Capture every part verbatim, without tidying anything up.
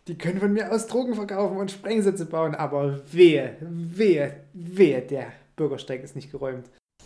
Die können von mir aus Drogen verkaufen und Sprengsätze bauen, aber wehe, wehe, wehe, der Bürgersteig ist nicht geräumt.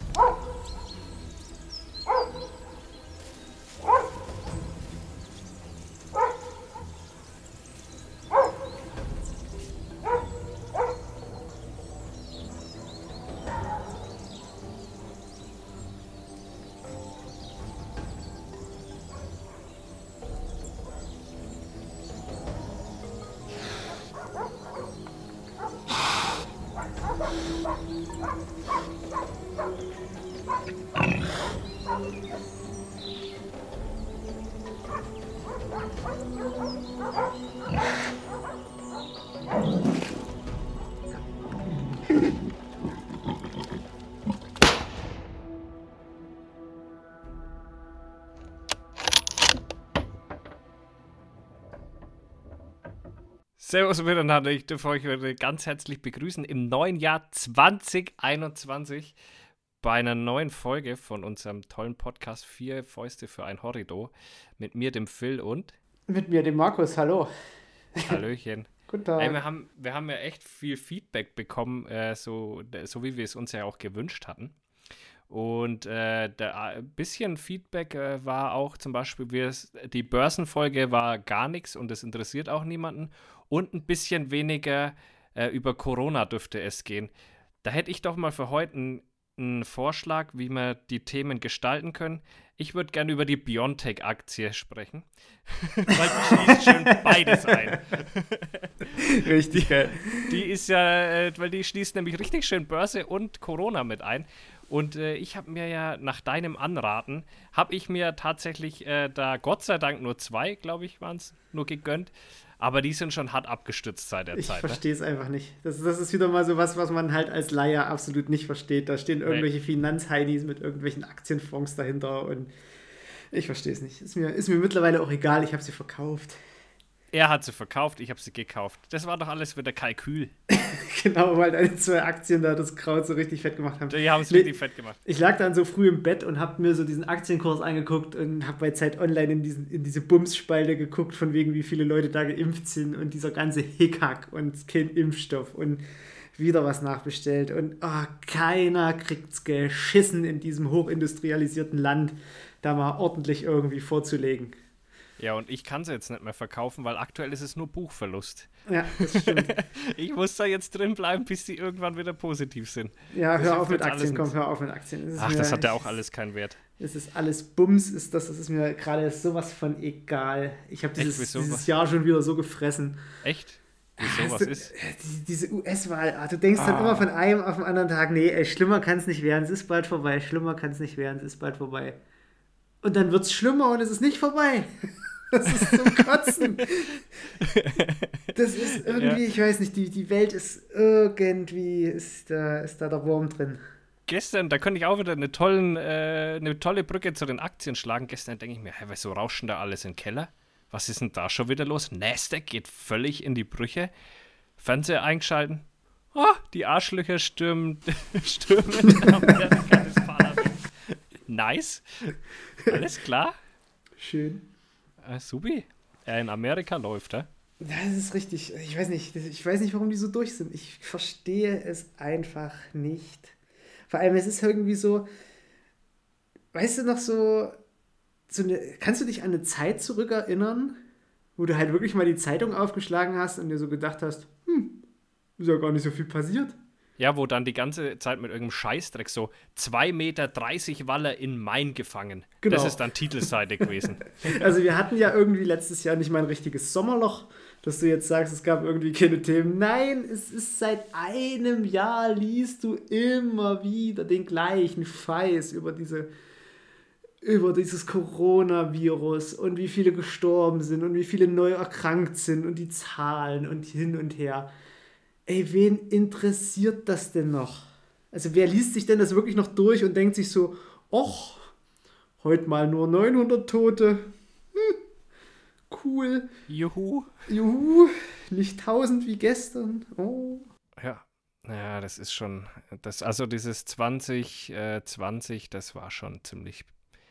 Servus miteinander, ich darf euch heute ganz herzlich begrüßen im neuen Jahr zwanzig einundzwanzig bei einer neuen Folge von unserem tollen Podcast Vier Fäuste für ein Horrido mit mir, dem Phil und Mit mir, dem Markus, hallo. Hallöchen. Guten Ey, Tag. wir haben, wir haben ja echt viel Feedback bekommen, äh, so, so wie wir es uns ja auch gewünscht hatten. Und äh, ein bisschen Feedback äh, war auch zum Beispiel, wir, die Börsenfolge war gar nichts und es interessiert auch niemanden. Und ein bisschen weniger äh, über Corona dürfte es gehen. Da hätte ich doch mal für heute einen, einen Vorschlag, wie wir die Themen gestalten können. Ich würde gerne über die BioNTech-Aktie sprechen, weil die schließt schön beides ein. Richtig geil. Die ist ja, äh, weil die schließt nämlich richtig schön Börse und Corona mit ein. Und äh, ich habe mir ja nach deinem Anraten, habe ich mir tatsächlich äh, da Gott sei Dank nur zwei, glaube ich, waren es, nur gegönnt. Aber die sind schon hart abgestützt seit der Ich Zeit. verstehe es einfach nicht. Das, das ist wieder mal so was, was man halt als Laie absolut nicht versteht. Da stehen irgendwelche Finanzheinis mit irgendwelchen Aktienfonds dahinter und ich verstehe es nicht. Ist mir, ist mir mittlerweile auch egal, ich habe sie verkauft. Er hat sie verkauft, ich habe sie gekauft. Das war doch alles wieder Kalkül. Genau, weil deine zwei Aktien da das Kraut so richtig fett gemacht haben. Die haben es Nee, richtig fett gemacht. Ich lag dann so früh im Bett und habe mir so diesen Aktienkurs angeguckt und habe bei Zeit Online in, diesen, in diese Bums-Spalte geguckt, von wegen, wie viele Leute da geimpft sind und dieser ganze Hickhack und kein Impfstoff und wieder was nachbestellt. Und oh, keiner kriegt's geschissen, in diesem hochindustrialisierten Land da mal ordentlich irgendwie vorzulegen. Ja, und ich kann sie jetzt nicht mehr verkaufen, weil aktuell ist es nur Buchverlust. Ja, das stimmt. Ich muss da jetzt drin bleiben, bis die irgendwann wieder positiv sind. Ja, Das hör hilft auf mit jetzt alles Aktien, komm, nichts. hör auf mit Aktien. Es ist Ach, mir, das hat ja auch alles keinen Wert. Es ist alles Bums, ist das, das ist mir gerade sowas von egal. Ich habe dieses, wieso? dieses Was? Jahr schon wieder so gefressen. Echt? Wieso, Hast was du, ist? Die, diese U S-Wahl, ah, du denkst dann Ah. immer von einem auf den anderen Tag, nee, ey, schlimmer kann es nicht werden, es ist bald vorbei, schlimmer kann es nicht werden, es ist bald vorbei. Und dann wird es schlimmer und es ist nicht vorbei. Das ist zum Kotzen. Das ist irgendwie, Ja. ich weiß nicht, die, die Welt ist irgendwie, ist da, ist da der Wurm drin. Gestern, da könnte ich auch wieder eine, tollen, äh, eine tolle Brücke zu den Aktien schlagen. Gestern denke ich mir, hä, wieso rauschen da alles in den Keller? Was ist denn da schon wieder los? Nasdaq geht völlig in die Brüche. Fernseher eingeschalten. Oh, die Arschlöcher stürmen, stürmen Amerika des Parlaments. Nice. Alles klar. Schön. Äh, Subi. Äh, in Amerika läuft, er. Das ist richtig. Ich weiß nicht, ich weiß nicht, warum die so durch sind. Ich verstehe es einfach nicht. Vor allem, es ist irgendwie so, weißt du noch so, so eine, kannst du dich an eine Zeit zurückerinnern, wo du halt wirklich mal die Zeitung aufgeschlagen hast und dir so gedacht hast, hm, ist ja gar nicht so viel passiert. Ja, wo dann die ganze Zeit mit irgendeinem Scheißdreck so zwei Meter dreißig Waller in Main gefangen. Genau. Das ist dann Titelseite gewesen. Also wir hatten ja irgendwie letztes Jahr nicht mal ein richtiges Sommerloch, dass du jetzt sagst, es gab irgendwie keine Themen. Nein, es ist seit einem Jahr, liest du immer wieder den gleichen Scheiß über diese über dieses Coronavirus und wie viele gestorben sind und wie viele neu erkrankt sind und die Zahlen und hin und her. Ey, wen interessiert das denn noch? Also wer liest sich denn das wirklich noch durch und denkt sich so, och, heute mal nur neunhundert Tote. Hm, cool. Juhu. Juhu, nicht tausend wie gestern. Oh. Ja. Ja, das ist schon, das, also dieses zwanzig zwanzig, das war schon ziemlich,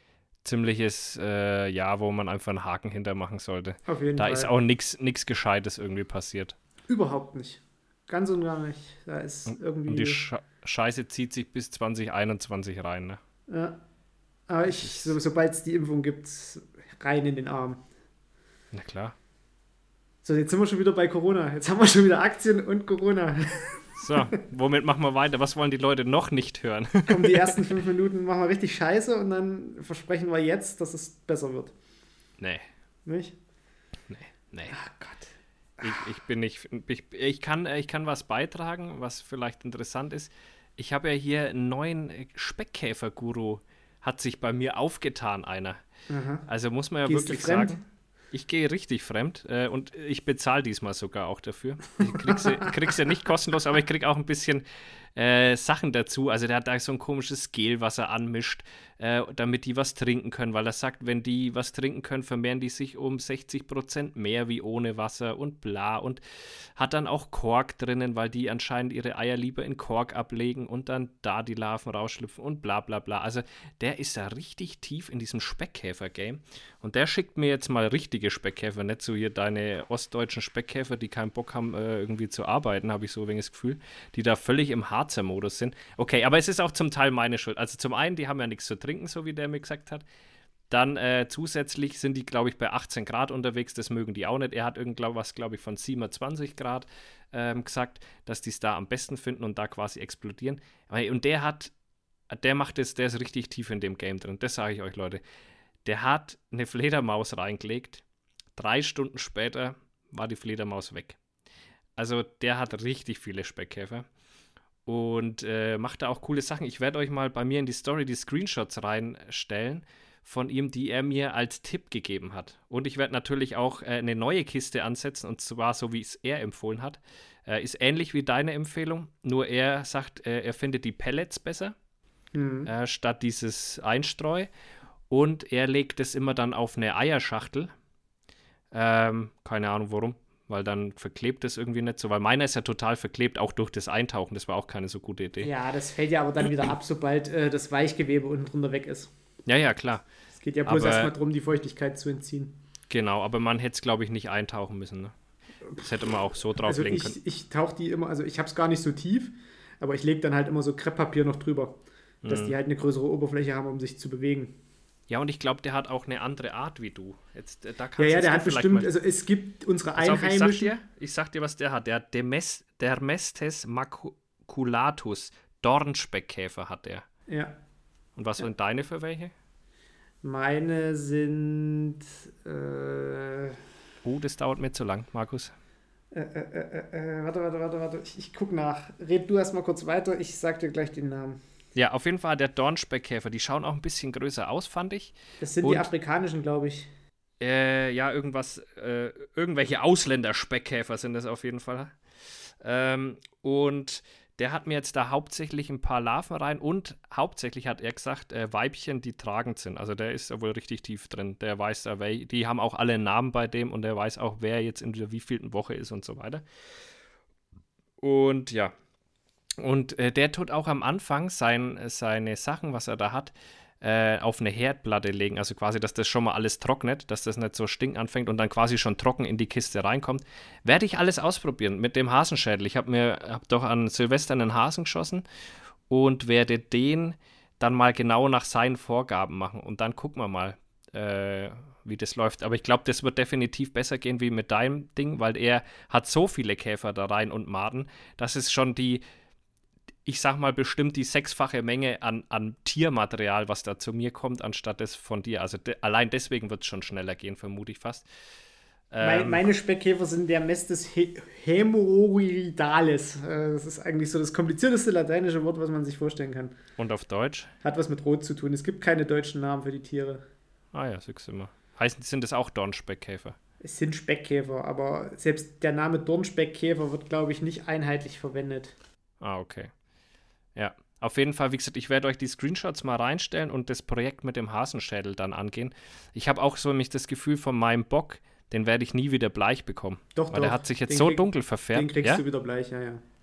ziemliches äh, Jahr, wo man einfach einen Haken hintermachen sollte. Auf jeden da Fall. Da ist auch nichts Gescheites irgendwie passiert. Überhaupt nicht. Ganz und gar nicht. Da ist und, irgendwie... Und die Sch- Scheiße zieht sich bis zwanzig einundzwanzig rein, ne? Ja. Aber ich, so, sobald es die Impfung gibt, rein in den Arm. Na klar. So, jetzt sind wir schon wieder bei Corona. Jetzt haben wir schon wieder Aktien und Corona. So, womit machen wir weiter? Was wollen die Leute noch nicht hören? Kommen die ersten fünf Minuten, machen wir richtig Scheiße und dann versprechen wir jetzt, dass es besser wird. Nee. Nicht? Nee, nee. Ach Gott. Ich, ich bin nicht, ich, ich, kann, ich kann was beitragen, was vielleicht interessant ist. Ich habe ja hier einen neuen Speckkäfer-Guru, hat sich bei mir aufgetan, einer. Aha. Also muss man ja Gehst wirklich du fremd? sagen, ich gehe richtig fremd äh, und ich bezahle diesmal sogar auch dafür. Ich krieg sie, krieg sie nicht kostenlos, aber ich kriege auch ein bisschen äh, Sachen dazu. Also der hat da so ein komisches Gel, was er anmischt, äh, damit die was trinken können, weil er sagt, wenn die was trinken können, vermehren die sich um sechzig Prozent mehr wie ohne Wasser und bla, und hat dann auch Kork drinnen, weil die anscheinend ihre Eier lieber in Kork ablegen und dann da die Larven rausschlüpfen und bla bla bla. Also der ist da richtig tief in diesem Speckkäfer-Game und der schickt mir jetzt mal richtige Speckkäfer, nicht so hier deine ostdeutschen Speckkäfer, die keinen Bock haben, äh, irgendwie zu arbeiten, habe ich so ein wenig das Gefühl, die da völlig im Harzer-Modus sind. Okay, aber es ist auch zum Teil meine Schuld. Also zum einen, die haben ja nichts zu trinken, so wie der mir gesagt hat. Dann äh, zusätzlich sind die, glaube ich, bei achtzehn Grad unterwegs, das mögen die auch nicht. Er hat irgendwas, glaube ich, von siebenundzwanzig Grad ähm, gesagt, dass die es da am besten finden und da quasi explodieren. Und der hat, der macht es, der ist richtig tief in dem Game drin, das sage ich euch, Leute. Der hat eine Fledermaus reingelegt, drei Stunden später war die Fledermaus weg. Also der hat richtig viele Speckkäfer und äh, macht da auch coole Sachen. Ich werde euch mal bei mir in die Story die Screenshots reinstellen von ihm, die er mir als Tipp gegeben hat. Und ich werde natürlich auch äh, eine neue Kiste ansetzen, und zwar so, wie es er empfohlen hat. Äh, ist ähnlich wie deine Empfehlung, nur er sagt, äh, er findet die Pellets besser, mhm. äh, statt dieses Einstreu. Und er legt es immer dann auf eine Eierschachtel. Ähm, keine Ahnung warum, weil dann verklebt es irgendwie nicht so. Weil meiner ist ja total verklebt, auch durch das Eintauchen. Das war auch keine so gute Idee. Ja, das fällt ja aber dann wieder ab, sobald äh, das Weichgewebe unten drunter weg ist. Ja, ja, klar. Es geht ja bloß erstmal darum, die Feuchtigkeit zu entziehen. Genau, aber man hätte es, glaube ich, nicht eintauchen müssen. Ne? Das hätte man auch so drauflegen also können. Ich, ich tauche die immer, also ich habe es gar nicht so tief, aber ich lege dann halt immer so Krepppapier noch drüber, dass mhm. die halt eine größere Oberfläche haben, um sich zu bewegen. Ja, und ich glaube, der hat auch eine andere Art wie du. Jetzt, da kannst ja, ja, der hat bestimmt, also es gibt unsere Einheimischen... Auf, ich, sag dir, ich sag dir, was der hat. Der hat Demes, Dermestes maculatus, Dornspeckkäfer hat der. Ja. Und was ja. sind deine für welche? Meine sind... Äh, oh, das dauert mir zu lang, Markus. Äh, äh, äh, äh, warte, warte, warte, warte. Ich, ich guck nach. Red du erstmal kurz weiter, ich sag dir gleich den Namen. Ja, auf jeden Fall der Dornspeckkäfer. Die schauen auch ein bisschen größer aus, fand ich. Das sind und, die afrikanischen, glaube ich. Äh, ja, irgendwas, äh, irgendwelche Ausländer-Speckkäfer sind das auf jeden Fall. Ähm, und der hat mir jetzt da hauptsächlich ein paar Larven rein und hauptsächlich hat er gesagt, äh, Weibchen, die tragend sind. Also der ist wohl richtig tief drin. Der weiß da, wer, die haben auch alle einen Namen bei dem und der weiß auch, wer jetzt in der wievielten Woche ist und so weiter. Und ja. Und äh, der tut auch am Anfang sein, seine Sachen, was er da hat, äh, auf eine Herdplatte legen. Also quasi, dass das schon mal alles trocknet, dass das nicht so stinken anfängt und dann quasi schon trocken in die Kiste reinkommt. Werde ich alles ausprobieren mit dem Hasenschädel. Ich habe mir hab doch an Silvester einen Hasen geschossen und werde den dann mal genau nach seinen Vorgaben machen. Und dann gucken wir mal, äh, wie das läuft. Aber ich glaube, das wird definitiv besser gehen wie mit deinem Ding, weil er hat so viele Käfer da rein und Maden, dass es schon die ich sag mal, bestimmt die sechsfache Menge an, an Tiermaterial, was da zu mir kommt, anstatt das von dir. Also de- allein deswegen wird es schon schneller gehen, vermute ich fast. Ähm, Meine Speckkäfer sind der Mestes He- Hämorrhoidalis. Äh, das ist eigentlich so das komplizierteste lateinische Wort, was man sich vorstellen kann. Und auf Deutsch? Hat was mit Rot zu tun. Es gibt keine deutschen Namen für die Tiere. Ah ja, siehst du immer. Heißen, sind das auch Dornspeckkäfer? Es sind Speckkäfer, aber selbst der Name Dornspeckkäfer wird, glaube ich, nicht einheitlich verwendet. Ah, okay. Ja, auf jeden Fall, wie gesagt, ich werde euch die Screenshots mal reinstellen und das Projekt mit dem Hasenschädel dann angehen. Ich habe auch so nämlich das Gefühl von meinem Bock, den werde ich nie wieder bleich bekommen. Doch, weil doch. der hat sich jetzt den so krieg, dunkel verfärbt. Den kriegst ja? du wieder bleich, ja, ja.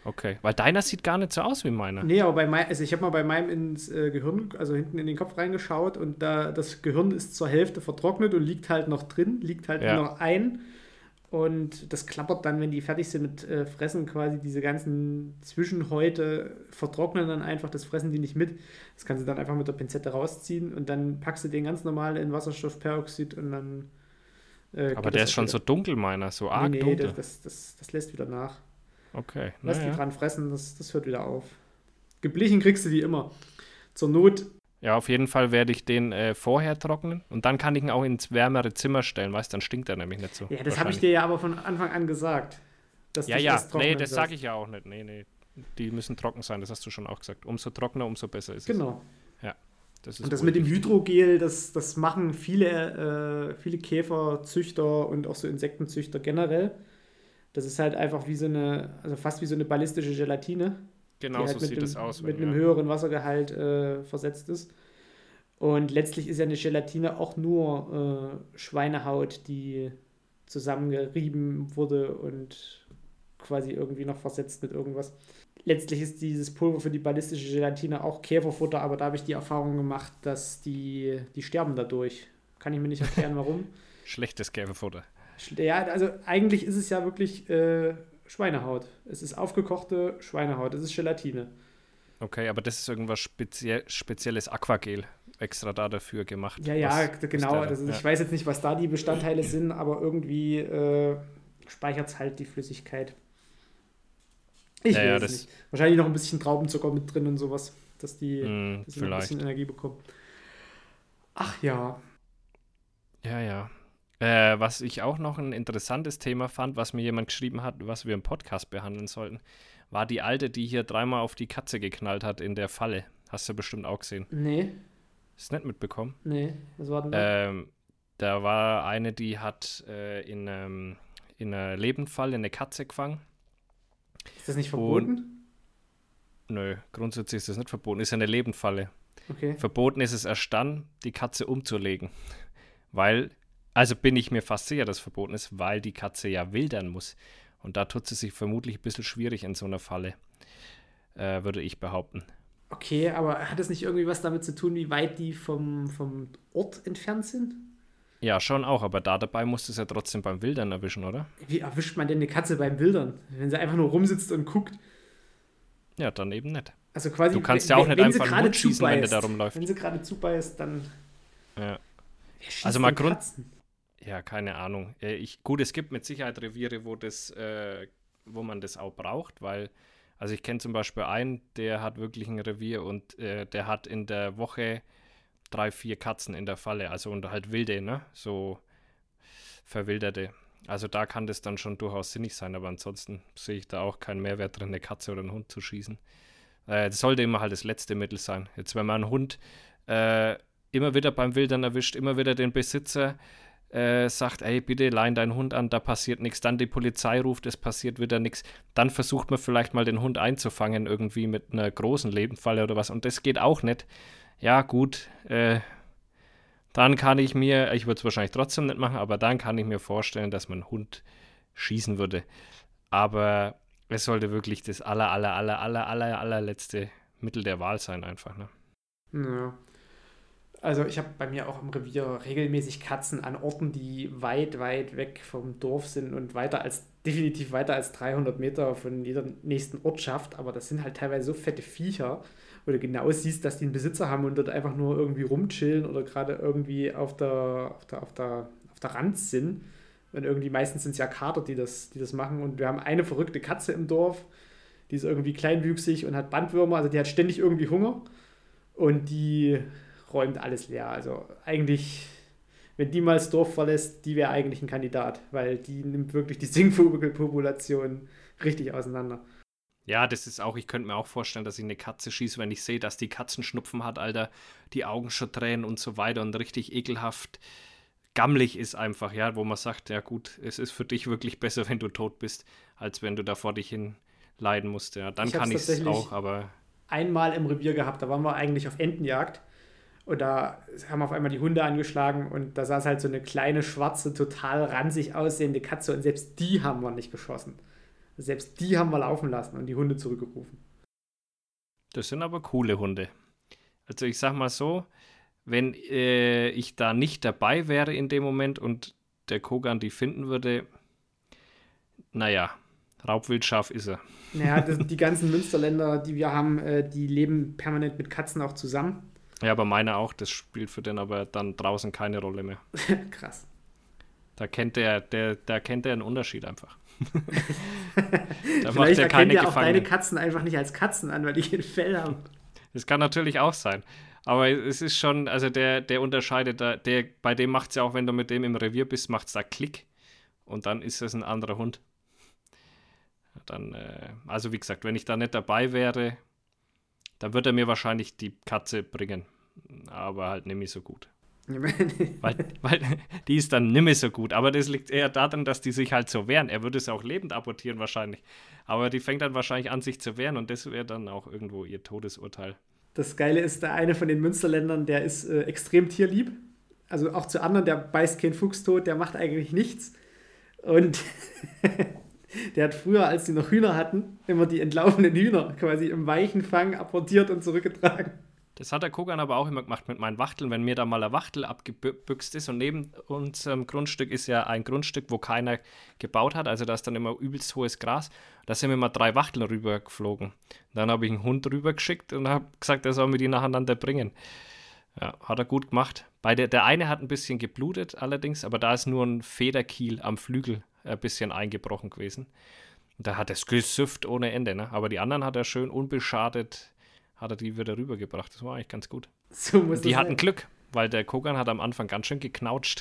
Okay, weil deiner sieht gar nicht so aus wie meiner. Nee, aber bei mein, also ich habe mal bei meinem ins äh, Gehirn, also hinten in den Kopf reingeschaut und da das Gehirn ist zur Hälfte vertrocknet und liegt halt noch drin, liegt halt Ja. noch ein. Und das klappert dann, wenn die fertig sind mit äh, Fressen, quasi diese ganzen Zwischenhäute vertrocknen dann einfach, das fressen die nicht mit. Das kannst du dann einfach mit der Pinzette rausziehen und dann packst du den ganz normal in Wasserstoffperoxid und dann äh, Aber geht der das ist auch schon wieder. so dunkel, meiner, so Nee, arg nee, dunkel. das, das, das, das lässt wieder nach. Okay, Lass die naja. dran fressen, das, das hört wieder auf. Geblichen kriegst du die immer. Zur Not, Ja, auf jeden Fall werde ich den äh, vorher trocknen und dann kann ich ihn auch ins wärmere Zimmer stellen, weißt du, dann stinkt er nämlich nicht so. ja, das habe ich wahrscheinlich. dir ja aber von Anfang an gesagt. Dass Ja, du ja, erst trocknen nee, das sollst. sage ich ja auch nicht. Nee, nee, die müssen trocken sein, das hast du schon auch gesagt. Umso trockener, umso besser ist Genau. es. Das ist Und das wohl mit dem wichtig. Hydrogel, das, das machen viele, äh, viele Käferzüchter und auch so Insektenzüchter generell. Das ist halt einfach wie so eine, also fast wie so eine ballistische Gelatine, Genau die so halt mit, sieht einem, es aus. mit Wenn, einem ja. höheren Wassergehalt äh, versetzt ist. Und letztlich ist ja eine Gelatine auch nur äh, Schweinehaut, die zusammengerieben wurde und quasi irgendwie noch versetzt mit irgendwas. Letztlich ist dieses Pulver für die ballistische Gelatine auch Käferfutter, aber da habe ich die Erfahrung gemacht, dass die, die sterben dadurch. Kann ich mir nicht erklären, warum. Schlechtes Käferfutter. Ja, also eigentlich ist es ja wirklich äh, Schweinehaut. Es ist aufgekochte Schweinehaut, es ist Gelatine. Okay, aber das ist irgendwas spezie spezielles Aquagel extra da dafür gemacht. Ja, ja, was, genau. was der, Das ist, ja. Ich weiß jetzt nicht, was da die Bestandteile sind, aber irgendwie äh, speichert es halt die Flüssigkeit. Ich Ja, weiß ja, es das- nicht. Wahrscheinlich noch ein bisschen Traubenzucker mit drin und sowas, dass die Hm, dass sie noch ein vielleicht. bisschen Energie bekommen. Ach ja. Ja, ja. Äh, was ich auch noch ein interessantes Thema fand, was mir jemand geschrieben hat, was wir im Podcast behandeln sollten, war die Alte, die hier dreimal auf die Katze geknallt hat in der Falle. Hast du bestimmt auch gesehen. Nee, Ist nicht mitbekommen. nee. Was war denn da? Ähm, da war eine, die hat äh, in, ähm, in einer Lebendfalle eine Katze gefangen. Ist das nicht verboten? Nö, grundsätzlich ist das nicht verboten. Ist ja eine Lebendfalle. Okay. Verboten ist es erst dann, die Katze umzulegen. Weil, also bin ich mir fast sicher, dass es verboten ist, weil die Katze ja wildern muss. Und da tut sie sich vermutlich ein bisschen schwierig in so einer Falle, äh, würde ich behaupten. Okay, aber hat es nicht irgendwie was damit zu tun, wie weit die vom, vom Ort entfernt sind? Ja, schon auch, aber da dabei musst du es ja trotzdem beim Wildern erwischen, oder? Wie erwischt man denn eine Katze beim Wildern? Wenn sie einfach nur rumsitzt und guckt. Ja, dann eben nicht. Also quasi, Du kannst wenn- ja auch nicht wenn sie einfach einen gerade Hund schießen, wenn der zubeißt. da rumläuft. Wenn sie gerade zubeißt, dann. Ja. Wer schießt Also mal denn Grund- Katzen? Ja, keine Ahnung. Äh, Ich, gut, es gibt mit Sicherheit Reviere, wo, das, äh, wo man das auch braucht, weil, also ich kenne zum Beispiel einen, der hat wirklich ein Revier und äh, der hat in der Woche drei, vier Katzen in der Falle, also und halt wilde, ne? So verwilderte. Also da kann das dann schon durchaus sinnig sein, aber ansonsten sehe ich da auch keinen Mehrwert drin, eine Katze oder einen Hund zu schießen. Äh, das sollte immer halt das letzte Mittel sein. Jetzt, wenn man einen Hund äh, immer wieder beim Wildern erwischt, immer wieder den Besitzer äh, sagt, ey, bitte leih deinen Hund an, da passiert nichts, dann die Polizei ruft, es passiert wieder nichts, dann versucht man vielleicht mal den Hund einzufangen, irgendwie mit einer großen Lebendfalle oder was, und das geht auch nicht. Ja, gut, äh, dann kann ich mir, ich würde es wahrscheinlich trotzdem nicht machen, aber dann kann ich mir vorstellen, dass man einen Hund schießen würde. Aber es sollte wirklich das aller, aller, aller, aller, aller, allerletzte Mittel der Wahl sein, einfach, ne? Ja. Also ich habe bei mir auch im Revier regelmäßig Katzen an Orten, die weit, weit weg vom Dorf sind und weiter als, definitiv weiter als dreihundert Meter von jeder nächsten Ortschaft. Aber das sind halt teilweise so fette Viecher, wo du genau siehst, dass die einen Besitzer haben und dort einfach nur irgendwie rumchillen oder gerade irgendwie auf der, auf der, auf der, auf der Rand sind. Und irgendwie meistens sind es ja Kater, die das, die das machen. Und wir haben eine verrückte Katze im Dorf, die ist irgendwie kleinwüchsig und hat Bandwürmer, also die hat ständig irgendwie Hunger. Und die räumt alles leer. Also eigentlich, wenn die mal das Dorf verlässt, die wäre eigentlich ein Kandidat, weil die nimmt wirklich die Singvogelpopulation richtig auseinander. Ja, das ist auch, ich könnte mir auch vorstellen, dass ich eine Katze schieße, wenn ich sehe, dass die Katzenschnupfen hat, Alter, die Augen schon tränen und so weiter und richtig ekelhaft gammelig ist einfach, ja, wo man sagt, ja gut, es ist für dich wirklich besser, wenn du tot bist, als wenn du da vor dich hin leiden musst, ja. Dann Ich hab's kann ich es tatsächlich- auch, aber Einmal im Revier gehabt, da waren wir eigentlich auf Entenjagd und da haben auf einmal die Hunde angeschlagen und da saß halt so eine kleine, schwarze, total ranzig aussehende Katze und selbst die haben wir nicht geschossen. Selbst die haben wir laufen lassen und die Hunde zurückgerufen. Das sind aber coole Hunde. Also ich sag mal so, wenn äh, ich da nicht dabei wäre in dem Moment und der Kogan die finden würde, naja, raubwildscharf ist er. Naja, das, die ganzen Münsterländer, die wir haben, äh, die leben permanent mit Katzen auch zusammen. Ja, aber meiner auch, das spielt für den aber dann draußen keine Rolle mehr. Krass. Da kennt der, der, da kennt er einen Unterschied einfach. Da macht Vielleicht er erkennt keine ja auch Gefangenen. deine Katzen einfach nicht als Katzen an, weil die kein Fell haben. Das kann natürlich auch sein. Aber es ist schon, also der, der unterscheidet da, der, bei dem macht es ja auch, wenn du mit dem im Revier bist, macht es da Klick und dann ist es ein anderer Hund. Dann, äh, also wie gesagt, wenn ich da nicht dabei wäre, dann würde er mir wahrscheinlich die Katze bringen. Aber halt nicht mehr so gut. weil, weil die ist dann nicht mehr so gut. Aber das liegt eher daran, dass die sich halt so wehren. Er würde es auch lebend abortieren wahrscheinlich. Aber die fängt dann wahrscheinlich an, sich zu wehren und das wäre dann auch irgendwo ihr Todesurteil. Das Geile ist, der eine von den Münsterländern, der ist äh, extrem tierlieb. Also auch zu anderen, der beißt keinen Fuchs tot, der macht eigentlich nichts. Und der hat früher, als die noch Hühner hatten, immer die entlaufenen Hühner quasi im weichen Fang apportiert und zurückgetragen. Das hat der Kogan aber auch immer gemacht mit meinen Wachteln. Wenn mir da mal eine Wachtel abgebüxt ist und neben unserem Grundstück ist ja ein Grundstück, wo keiner gebaut hat, also da ist dann immer übelst hohes Gras, da sind mir mal drei Wachteln rübergeflogen. Dann habe ich einen Hund rübergeschickt und habe gesagt, er soll mir die nacheinander bringen. Ja, hat er gut gemacht. Bei der, der eine hat ein bisschen geblutet allerdings, aber da ist nur ein Federkiel am Flügel ein bisschen eingebrochen gewesen. Und da hat es gesüfft ohne Ende, ne? Aber die anderen hat er schön unbeschadet hat er die wieder rübergebracht. Das war eigentlich ganz gut. So muss die das hatten sein. Glück, weil der Kogan hat am Anfang ganz schön geknautscht.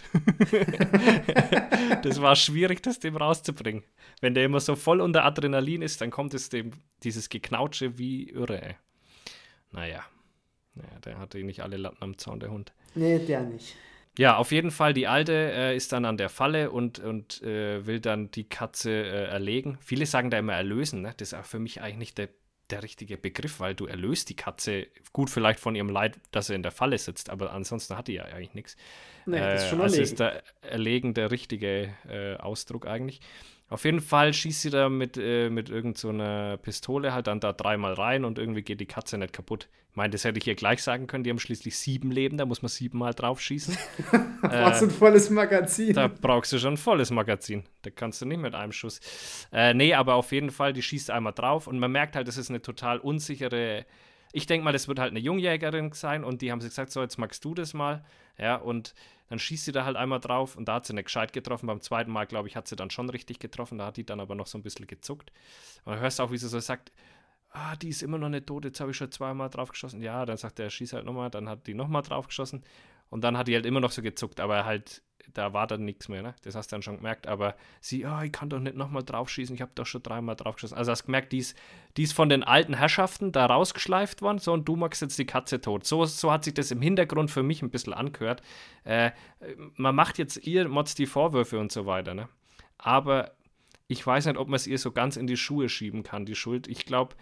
Das war schwierig, das dem rauszubringen. Wenn der immer so voll unter Adrenalin ist, dann kommt es dem, dieses Geknautsche wie irre. Ey. Naja. naja, der hatte nicht alle Latten am Zaun, der Hund. Nee, der nicht. Ja, auf jeden Fall, die Alte äh, ist dann an der Falle und, und äh, will dann die Katze äh, erlegen. Viele sagen da immer erlösen, ne? Das ist auch für mich eigentlich nicht der der richtige Begriff, weil du erlöst die Katze gut vielleicht von ihrem Leid, dass sie in der Falle sitzt, aber ansonsten hat die ja eigentlich nichts. Nee, das ist schon äh, also erlegen. ist der Erlegen der richtige äh, Ausdruck eigentlich. Auf jeden Fall schießt sie da mit, äh, mit irgend so einer Pistole halt dann da dreimal rein und irgendwie geht die Katze nicht kaputt. Ich meine, das hätte ich ihr gleich sagen können, die haben schließlich sieben Leben, da muss man siebenmal drauf schießen. Was äh, ein volles Magazin. Da brauchst du schon ein volles Magazin. Da kannst du nicht mit einem Schuss. Äh, nee, aber auf jeden Fall, die schießt einmal drauf und man merkt halt, das ist eine total unsichere. Ich denke mal, das wird halt eine Jungjägerin sein und die haben sie gesagt, so, jetzt magst du das mal. Ja, und dann schießt sie da halt einmal drauf und da hat sie nicht gescheit getroffen. Beim zweiten Mal, glaube ich, hat sie dann schon richtig getroffen. Da hat die dann aber noch so ein bisschen gezuckt. Und dann hörst du auch, wie sie so sagt, ah, die ist immer noch nicht tot, jetzt habe ich schon zweimal drauf geschossen. Ja, dann sagt er, schieß halt nochmal, dann hat die nochmal drauf geschossen. Und dann hat die halt immer noch so gezuckt, aber halt, da war dann nichts mehr, ne? Das hast du dann schon gemerkt. Aber sie, ah, oh, ich kann doch nicht nochmal drauf schießen, ich habe doch schon dreimal drauf geschossen. Also hast du gemerkt, die ist, die ist von den alten Herrschaften da rausgeschleift worden, so, und du machst jetzt die Katze tot. So, so hat sich das im Hintergrund für mich ein bisschen angehört. Äh, man macht jetzt ihr Mods die Vorwürfe und so weiter, ne? Aber ich weiß nicht, ob man es ihr so ganz in die Schuhe schieben kann, die Schuld. Ich glaube,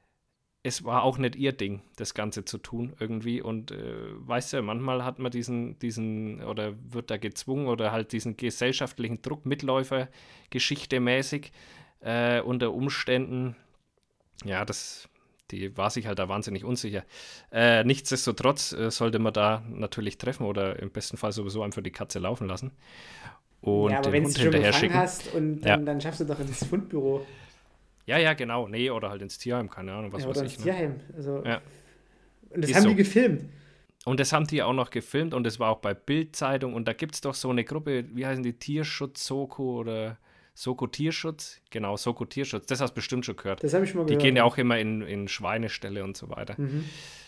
es war auch nicht ihr Ding, das Ganze zu tun irgendwie. Und äh, weißt du, manchmal hat man diesen, diesen, oder wird da gezwungen oder halt diesen gesellschaftlichen Druck, Mitläufer-Geschichte mäßig, äh, unter Umständen. Ja, das, die war sich halt da wahnsinnig unsicher. Äh, nichtsdestotrotz äh, sollte man da natürlich treffen oder im besten Fall sowieso einfach die Katze laufen lassen. Und ja, aber den wenn Hund du schon hinterher gefangen schicken. hast und dann, Ja. dann schaffst du doch ins Fundbüro. Ja, ja, genau. Nee, oder halt ins Tierheim, keine Ahnung, was ja, weiß oder ich. ins Ne? Tierheim. Also, Ja. Und das Ist haben so. die gefilmt. Und das haben die auch noch gefilmt und das war auch bei Bild-Zeitung und da gibt es doch so eine Gruppe, wie heißen die, Tierschutz-Soko oder Soko Tierschutz? Genau, Soko Tierschutz, das hast du bestimmt schon gehört. Das habe ich schon mal Die gehört. gehen ja auch immer in, in Schweineställe und so weiter. Mhm.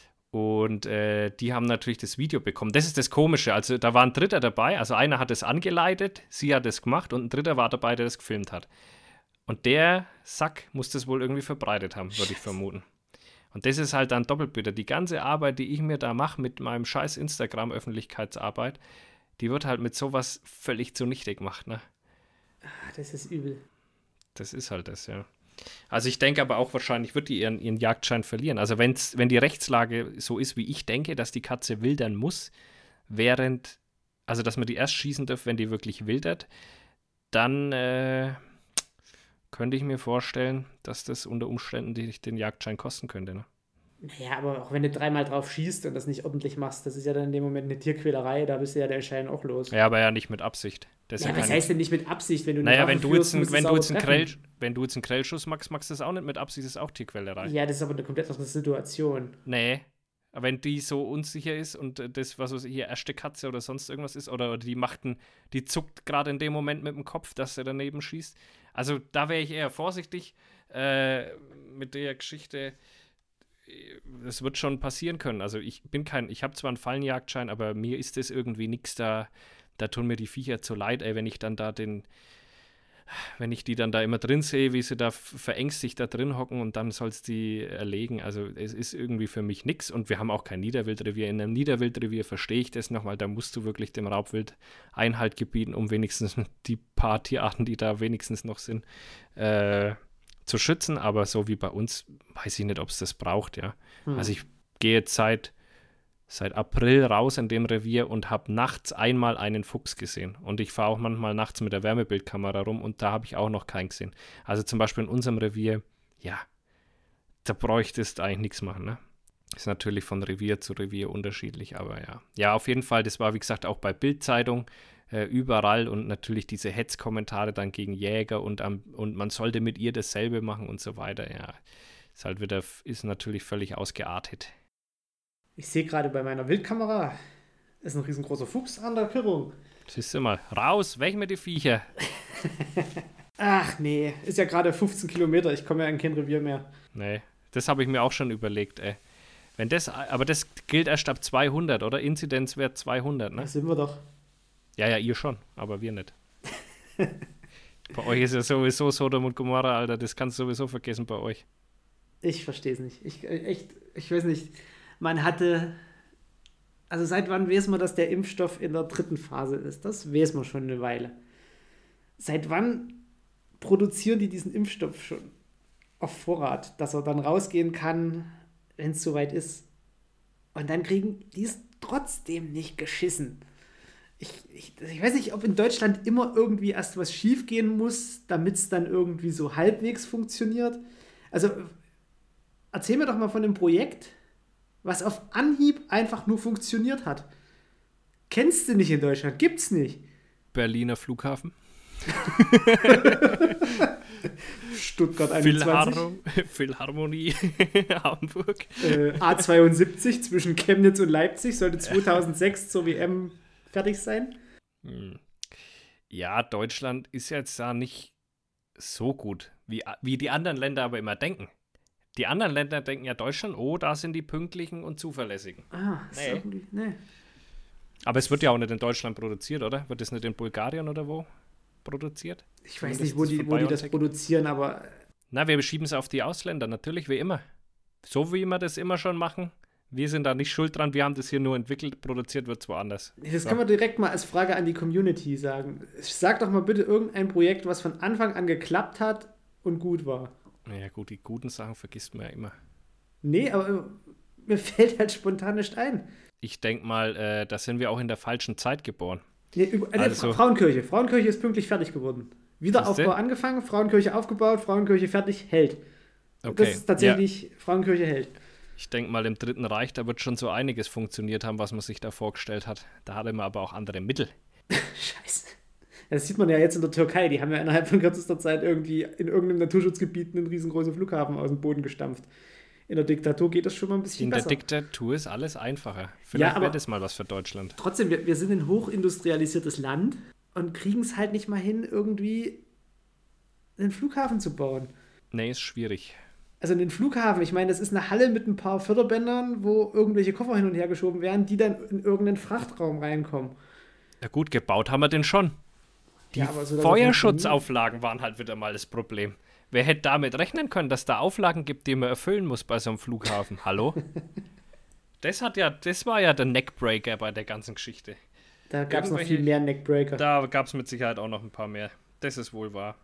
Und äh, die haben natürlich das Video bekommen. Das ist das Komische, also da war ein Dritter dabei, also einer hat es angeleitet, sie hat es gemacht und ein Dritter war dabei, der das gefilmt hat. Und der Sack muss das wohl irgendwie verbreitet haben, würde ich vermuten. Und das ist halt dann doppelt bitter. Die ganze Arbeit, die ich mir da mache mit meinem scheiß Instagram-Öffentlichkeitsarbeit, die wird halt mit sowas völlig zunichte gemacht, ne? Ah, das ist übel. Das ist halt das, ja. Also ich denke aber auch wahrscheinlich wird die ihren, ihren Jagdschein verlieren. Also wenn's, wenn die Rechtslage so ist, wie ich denke, dass die Katze wildern muss, während, also dass man die erst schießen darf, wenn die wirklich wildert, dann, äh, könnte ich mir vorstellen, dass das unter Umständen die, den Jagdschein kosten könnte. Ne? Naja, aber auch wenn du dreimal drauf schießt und das nicht ordentlich machst, das ist ja dann in dem Moment eine Tierquälerei, da bist du ja der Schein auch los. Ja, aber ja nicht mit Absicht. Das Ja, ja was heißt denn nicht mit Absicht, wenn du eine Naja, Waffe wenn du führst, jetzt, ein, musst du wenn, es du auch jetzt einen treffen. Grell, wenn du jetzt einen Grellschuss machst, machst du das auch nicht mit Absicht, das ist auch Tierquälerei. Ja, das ist aber eine komplett andere Situation. Nee. Aber wenn die so unsicher ist und äh, das, was weiß ich, hier erste Katze oder sonst irgendwas ist, oder, oder die macht einen, die zuckt gerade in dem Moment mit dem Kopf, dass er daneben schießt. Also da wäre ich eher vorsichtig äh, mit der Geschichte. Das wird schon passieren können. Also ich bin kein, ich habe zwar einen Fallenjagdschein, aber mir ist das irgendwie nichts da, da tun mir die Viecher zu leid, ey, wenn ich dann da den, wenn ich die dann da immer drin sehe, wie sie da verängstigt da drin hocken und dann soll es die erlegen. Also es ist irgendwie für mich nichts und wir haben auch kein Niederwildrevier. In einem Niederwildrevier verstehe ich das noch, weil da musst du wirklich dem Raubwild Einhalt gebieten, um wenigstens die paar Tierarten, die da wenigstens noch sind, äh, zu schützen. Aber so wie bei uns, weiß ich nicht, ob es das braucht, ja. Hm. Also ich gehe jetzt seit seit April raus in dem Revier und habe nachts einmal einen Fuchs gesehen. Und ich fahre auch manchmal nachts mit der Wärmebildkamera rum und da habe ich auch noch keinen gesehen. Also zum Beispiel in unserem Revier, ja, da bräuchtest du eigentlich nichts machen, ne? Ist natürlich von Revier zu Revier unterschiedlich, aber ja. Ja, auf jeden Fall, das war wie gesagt auch bei Bild-Zeitung äh, überall und natürlich diese Hetzkommentare dann gegen Jäger und, um, und man sollte mit ihr dasselbe machen und so weiter, ja. Ist halt wieder, ist natürlich völlig ausgeartet. Ich sehe gerade bei meiner Wildkamera, ist ein riesengroßer Fuchs an der Kirrung. Siehst du mal, raus, weg mit die Viecher. Ach nee, ist ja gerade fünfzehn Kilometer, ich komme ja in kein Revier mehr. Nee, das habe ich mir auch schon überlegt, ey. Wenn das, aber das gilt erst ab zweihundert, oder? Inzidenzwert zweihundert, ne? Das sind wir doch. Ja, ja, ihr schon, aber wir nicht. Bei euch ist ja sowieso Sodom und Gomorra, Alter, das kannst du sowieso vergessen bei euch. Ich verstehe es nicht. Ich, echt, ich weiß nicht. Man hatte, also seit wann weiß man, dass der Impfstoff in der dritten Phase ist? Das weiß man schon eine Weile. Seit wann produzieren die diesen Impfstoff schon auf Vorrat, dass er dann rausgehen kann, wenn es soweit ist? Und dann kriegen die es trotzdem nicht geschissen. Ich, ich, ich weiß nicht, ob in Deutschland immer irgendwie erst was schief gehen muss, damit es dann irgendwie so halbwegs funktioniert. Also erzähl mir doch mal von dem Projekt, was auf Anhieb einfach nur funktioniert hat. Kennst du nicht in Deutschland? Gibt's nicht. Berliner Flughafen. Stuttgart einundzwanzig. Philhar- Philharmonie Hamburg. Äh, A zweiundsiebzig zwischen Chemnitz und Leipzig sollte zweitausendsechs zur W M fertig sein. Ja, Deutschland ist jetzt da nicht so gut, wie, wie die anderen Länder aber immer denken. Die anderen Länder denken ja Deutschland, oh, da sind die Pünktlichen und Zuverlässigen. Ah, nee. Irgendwie, nee. Aber es wird ja auch nicht in Deutschland produziert, oder? Wird es nicht in Bulgarien oder wo produziert? Ich weiß nicht, wo die, wo die das produzieren, aber... Na, wir schieben es auf die Ausländer, natürlich, wie immer. So wie wir das immer schon machen. Wir sind da nicht schuld dran, wir haben das hier nur entwickelt, produziert wird es woanders. Das so. Kann man direkt mal als Frage an die Community sagen. Sag doch mal bitte irgendein Projekt, was von Anfang an geklappt hat und gut war. Ja gut, die guten Sachen vergisst man ja immer. Nee, aber mir fällt halt spontan nicht ein. Ich denke mal, äh, da sind wir auch in der falschen Zeit geboren. Nee, über, äh, also, Frauenkirche. Frauenkirche ist pünktlich fertig geworden. Wiederaufbau angefangen, Frauenkirche aufgebaut, Frauenkirche fertig, hält. Okay. Das ist tatsächlich, ja. Frauenkirche hält. Ich denke mal, im Dritten Reich, da wird schon so einiges funktioniert haben, was man sich da vorgestellt hat. Da hatte man aber auch andere Mittel. Scheiße. Das sieht man ja jetzt in der Türkei. Die haben ja innerhalb von kürzester Zeit irgendwie in irgendeinem Naturschutzgebiet einen riesengroßen Flughafen aus dem Boden gestampft. In der Diktatur geht das schon mal ein bisschen in besser. In der Diktatur ist alles einfacher. Vielleicht ja, wäre das mal was für Deutschland. Trotzdem, wir, wir sind ein hochindustrialisiertes Land und kriegen es halt nicht mal hin, irgendwie einen Flughafen zu bauen. Nee, ist schwierig. Also einen Flughafen, ich meine, das ist eine Halle mit ein paar Förderbändern, wo irgendwelche Koffer hin und her geschoben werden, die dann in irgendeinen Frachtraum reinkommen. Ja gut, gebaut haben wir den schon. Die ja, so, Feuerschutzauflagen waren halt wieder mal das Problem. Wer hätte damit rechnen können, dass da Auflagen gibt, die man erfüllen muss bei so einem Flughafen? Hallo? Das hat ja, das war ja der Neckbreaker bei der ganzen Geschichte. Da gab es noch viel mehr Neckbreaker. Da gab es mit Sicherheit auch noch ein paar mehr. Das ist wohl wahr.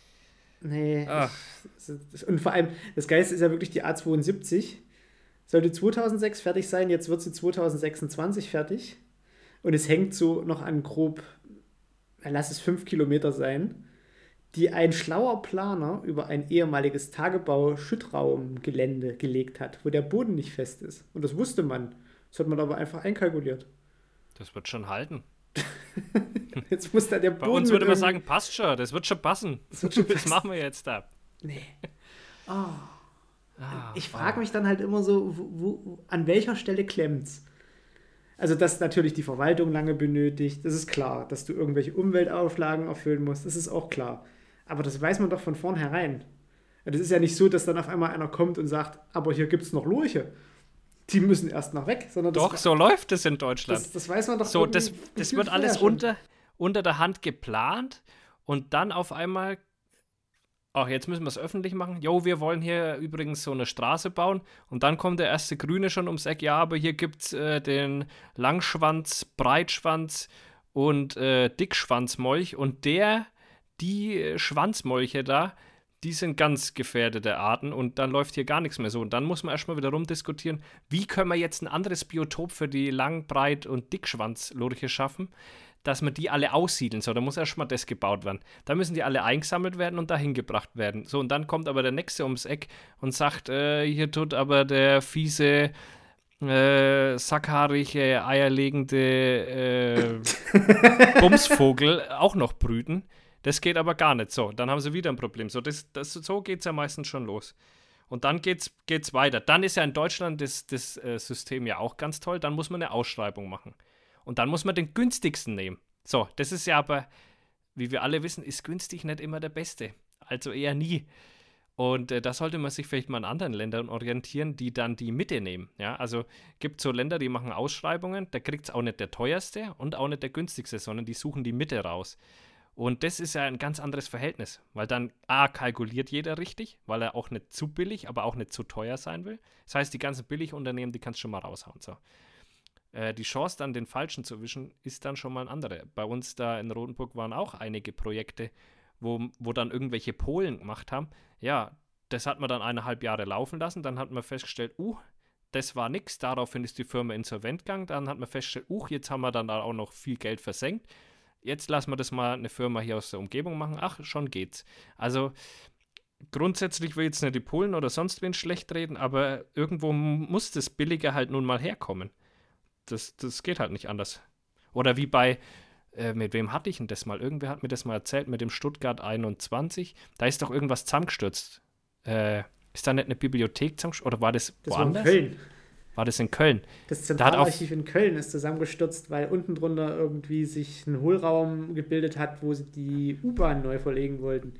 Nee. Ich, und vor allem, das Geilste ist ja wirklich die A zweiundsiebzig. Sollte zweitausendsechs fertig sein, jetzt wird sie zweitausendsechsundzwanzig fertig. Und es hängt so noch an grob, lass es fünf Kilometer sein. die ein schlauer Planer über ein ehemaliges Tagebau-Schüttraumgelände gelegt hat, wo der Boden nicht fest ist. Und das wusste man. Das hat man aber einfach einkalkuliert. Das wird schon halten. Jetzt muss da der Boden. Bei uns würde man sagen, passt schon, das wird schon passen. Das, wird schon das passen. machen wir jetzt da. Nee. Oh. Ah, ich frage ah. mich dann halt immer so, wo, wo, an welcher Stelle klemmt's? Also, dass natürlich die Verwaltung lange benötigt, das ist klar. Dass du irgendwelche Umweltauflagen erfüllen musst, das ist auch klar. Aber das weiß man doch von vornherein. Das ist ja nicht so, dass dann auf einmal einer kommt und sagt, aber hier gibt es noch Lurche. Die müssen erst noch weg. Sondern das Doch, so läuft es in Deutschland. Das, das weiß man doch so. Das, das gefühlt wird alles vorher schon. unter, unter der Hand geplant und dann auf einmal, ach, jetzt müssen wir es öffentlich machen. Jo, wir wollen hier übrigens so eine Straße bauen. Und dann kommt der erste Grüne schon ums Eck. Ja, aber hier gibt es äh, den Langschwanz, Breitschwanz und äh, Dickschwanzmolch. Und der, die äh, Schwanzmolche da, die sind ganz gefährdete Arten. Und dann läuft hier gar nichts mehr so. Und dann muss man erstmal wieder rumdiskutieren, wie können wir jetzt ein anderes Biotop für die Lang-, Breit- und Dickschwanzlurche schaffen, dass man die alle aussiedeln soll. Da muss erstmal das gebaut werden. Da müssen die alle eingesammelt werden und dahin gebracht werden. So, und dann kommt aber der Nächste ums Eck und sagt, äh, hier tut aber der fiese, äh, sackhaarige, eierlegende äh, Bumsvogel auch noch brüten. Das geht aber gar nicht so. Dann haben sie wieder ein Problem. So, das, das, so geht es ja meistens schon los. Und dann geht's, geht's weiter. Dann ist ja in Deutschland das, das äh, System ja auch ganz toll. Dann muss man eine Ausschreibung machen. Und dann muss man den günstigsten nehmen. So, das ist ja aber, wie wir alle wissen, ist günstig nicht immer der Beste. Also eher nie. Und äh, da sollte man sich vielleicht mal an anderen Ländern orientieren, die dann die Mitte nehmen. Ja, also gibt so Länder, die machen Ausschreibungen, da kriegt es auch nicht der teuerste und auch nicht der günstigste, sondern die suchen die Mitte raus. Und das ist ja ein ganz anderes Verhältnis, weil dann A, kalkuliert jeder richtig, weil er auch nicht zu billig, aber auch nicht zu teuer sein will. Das heißt, die ganzen Billigunternehmen, die kannst du schon mal raushauen. So. Die Chance, dann den Falschen zu wischen, ist dann schon mal eine andere. Bei uns da in Rotenburg waren auch einige Projekte, wo, wo dann irgendwelche Polen gemacht haben. Ja, das hat man dann eineinhalb Jahre laufen lassen. Dann hat man festgestellt, uh, das war nix. Daraufhin ist die Firma insolvent gegangen. Dann hat man festgestellt, uh, jetzt haben wir dann da auch noch viel Geld versenkt. Jetzt lassen wir das mal eine Firma hier aus der Umgebung machen. Ach, schon geht's. Also grundsätzlich will ich jetzt nicht die Polen oder sonst wen schlecht reden, aber irgendwo muss das Billige halt nun mal herkommen. Das, das geht halt nicht anders. Oder wie bei, äh, mit wem hatte ich denn das mal? Irgendwer hat mir das mal erzählt, mit dem Stuttgart einundzwanzig. Da ist doch irgendwas zusammengestürzt. Äh, ist da nicht eine Bibliothek zusammengestürzt? Oder war das, das woanders? War in Köln. War das in Köln? Das Da hat Zentralarchiv in Köln ist zusammengestürzt, weil unten drunter irgendwie sich ein Hohlraum gebildet hat, wo sie die U-Bahn neu verlegen wollten.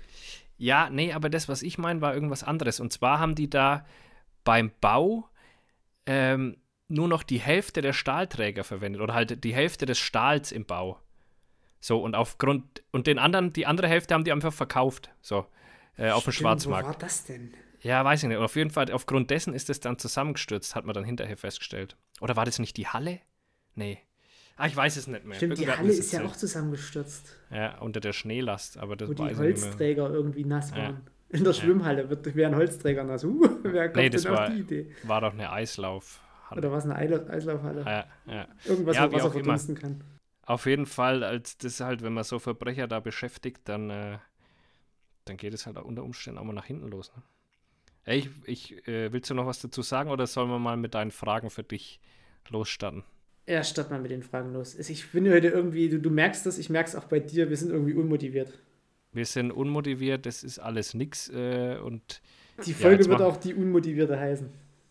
Ja, nee, aber das, was ich meine, war irgendwas anderes. Und zwar haben die da beim Bau ähm, nur noch die Hälfte der Stahlträger verwendet oder halt die Hälfte des Stahls im Bau. So, und aufgrund, und den anderen, die andere Hälfte haben die einfach verkauft, so, äh, auf dem Schwarzmarkt. Wo war das denn? Ja, weiß ich nicht. Auf jeden Fall, aufgrund dessen ist es dann zusammengestürzt, hat man dann hinterher festgestellt. Oder war das nicht die Halle? Nee. Ah, ich weiß es nicht mehr. Stimmt, die Irgendwer hat Halle mir's ist ja erzählt. auch zusammengestürzt. Ja, unter der Schneelast, aber das Wo die weiß ich nicht mehr. Holzträger irgendwie nass Ja. waren. In der Schwimmhalle wird, werden Holzträger nass. Uh, wer kommt Nee, das denn auf war, die Idee? war doch eine Eislaufhalle. Oder was, eine Eile- Eislaufhalle? Ja, ja. Irgendwas, Ja, wo wie Wasser auch immer. verdunsten kann. Auf jeden Fall, als das halt, wenn man so Verbrecher da beschäftigt, dann, äh, dann geht es halt unter Umständen auch mal nach hinten los. Ne? Ey, ich, ich, äh, willst du noch was dazu sagen oder sollen wir mal mit deinen Fragen für dich losstarten? Ja, statt mal mit den Fragen los. Ich bin heute irgendwie, du, du merkst das, ich merke es auch bei dir, wir sind irgendwie unmotiviert. Wir sind unmotiviert, das ist alles nix äh, und Die ja, Folge jetzt wird machen- auch die Unmotivierte heißen.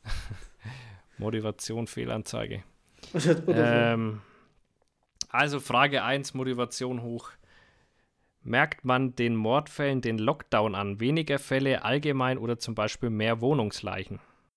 Motivation, Fehlanzeige. Oder, oder Ähm, also Frage eins, Motivation hoch. Merkt man den Mordfällen den Lockdown an? Weniger Fälle allgemein oder zum Beispiel mehr Wohnungsleichen?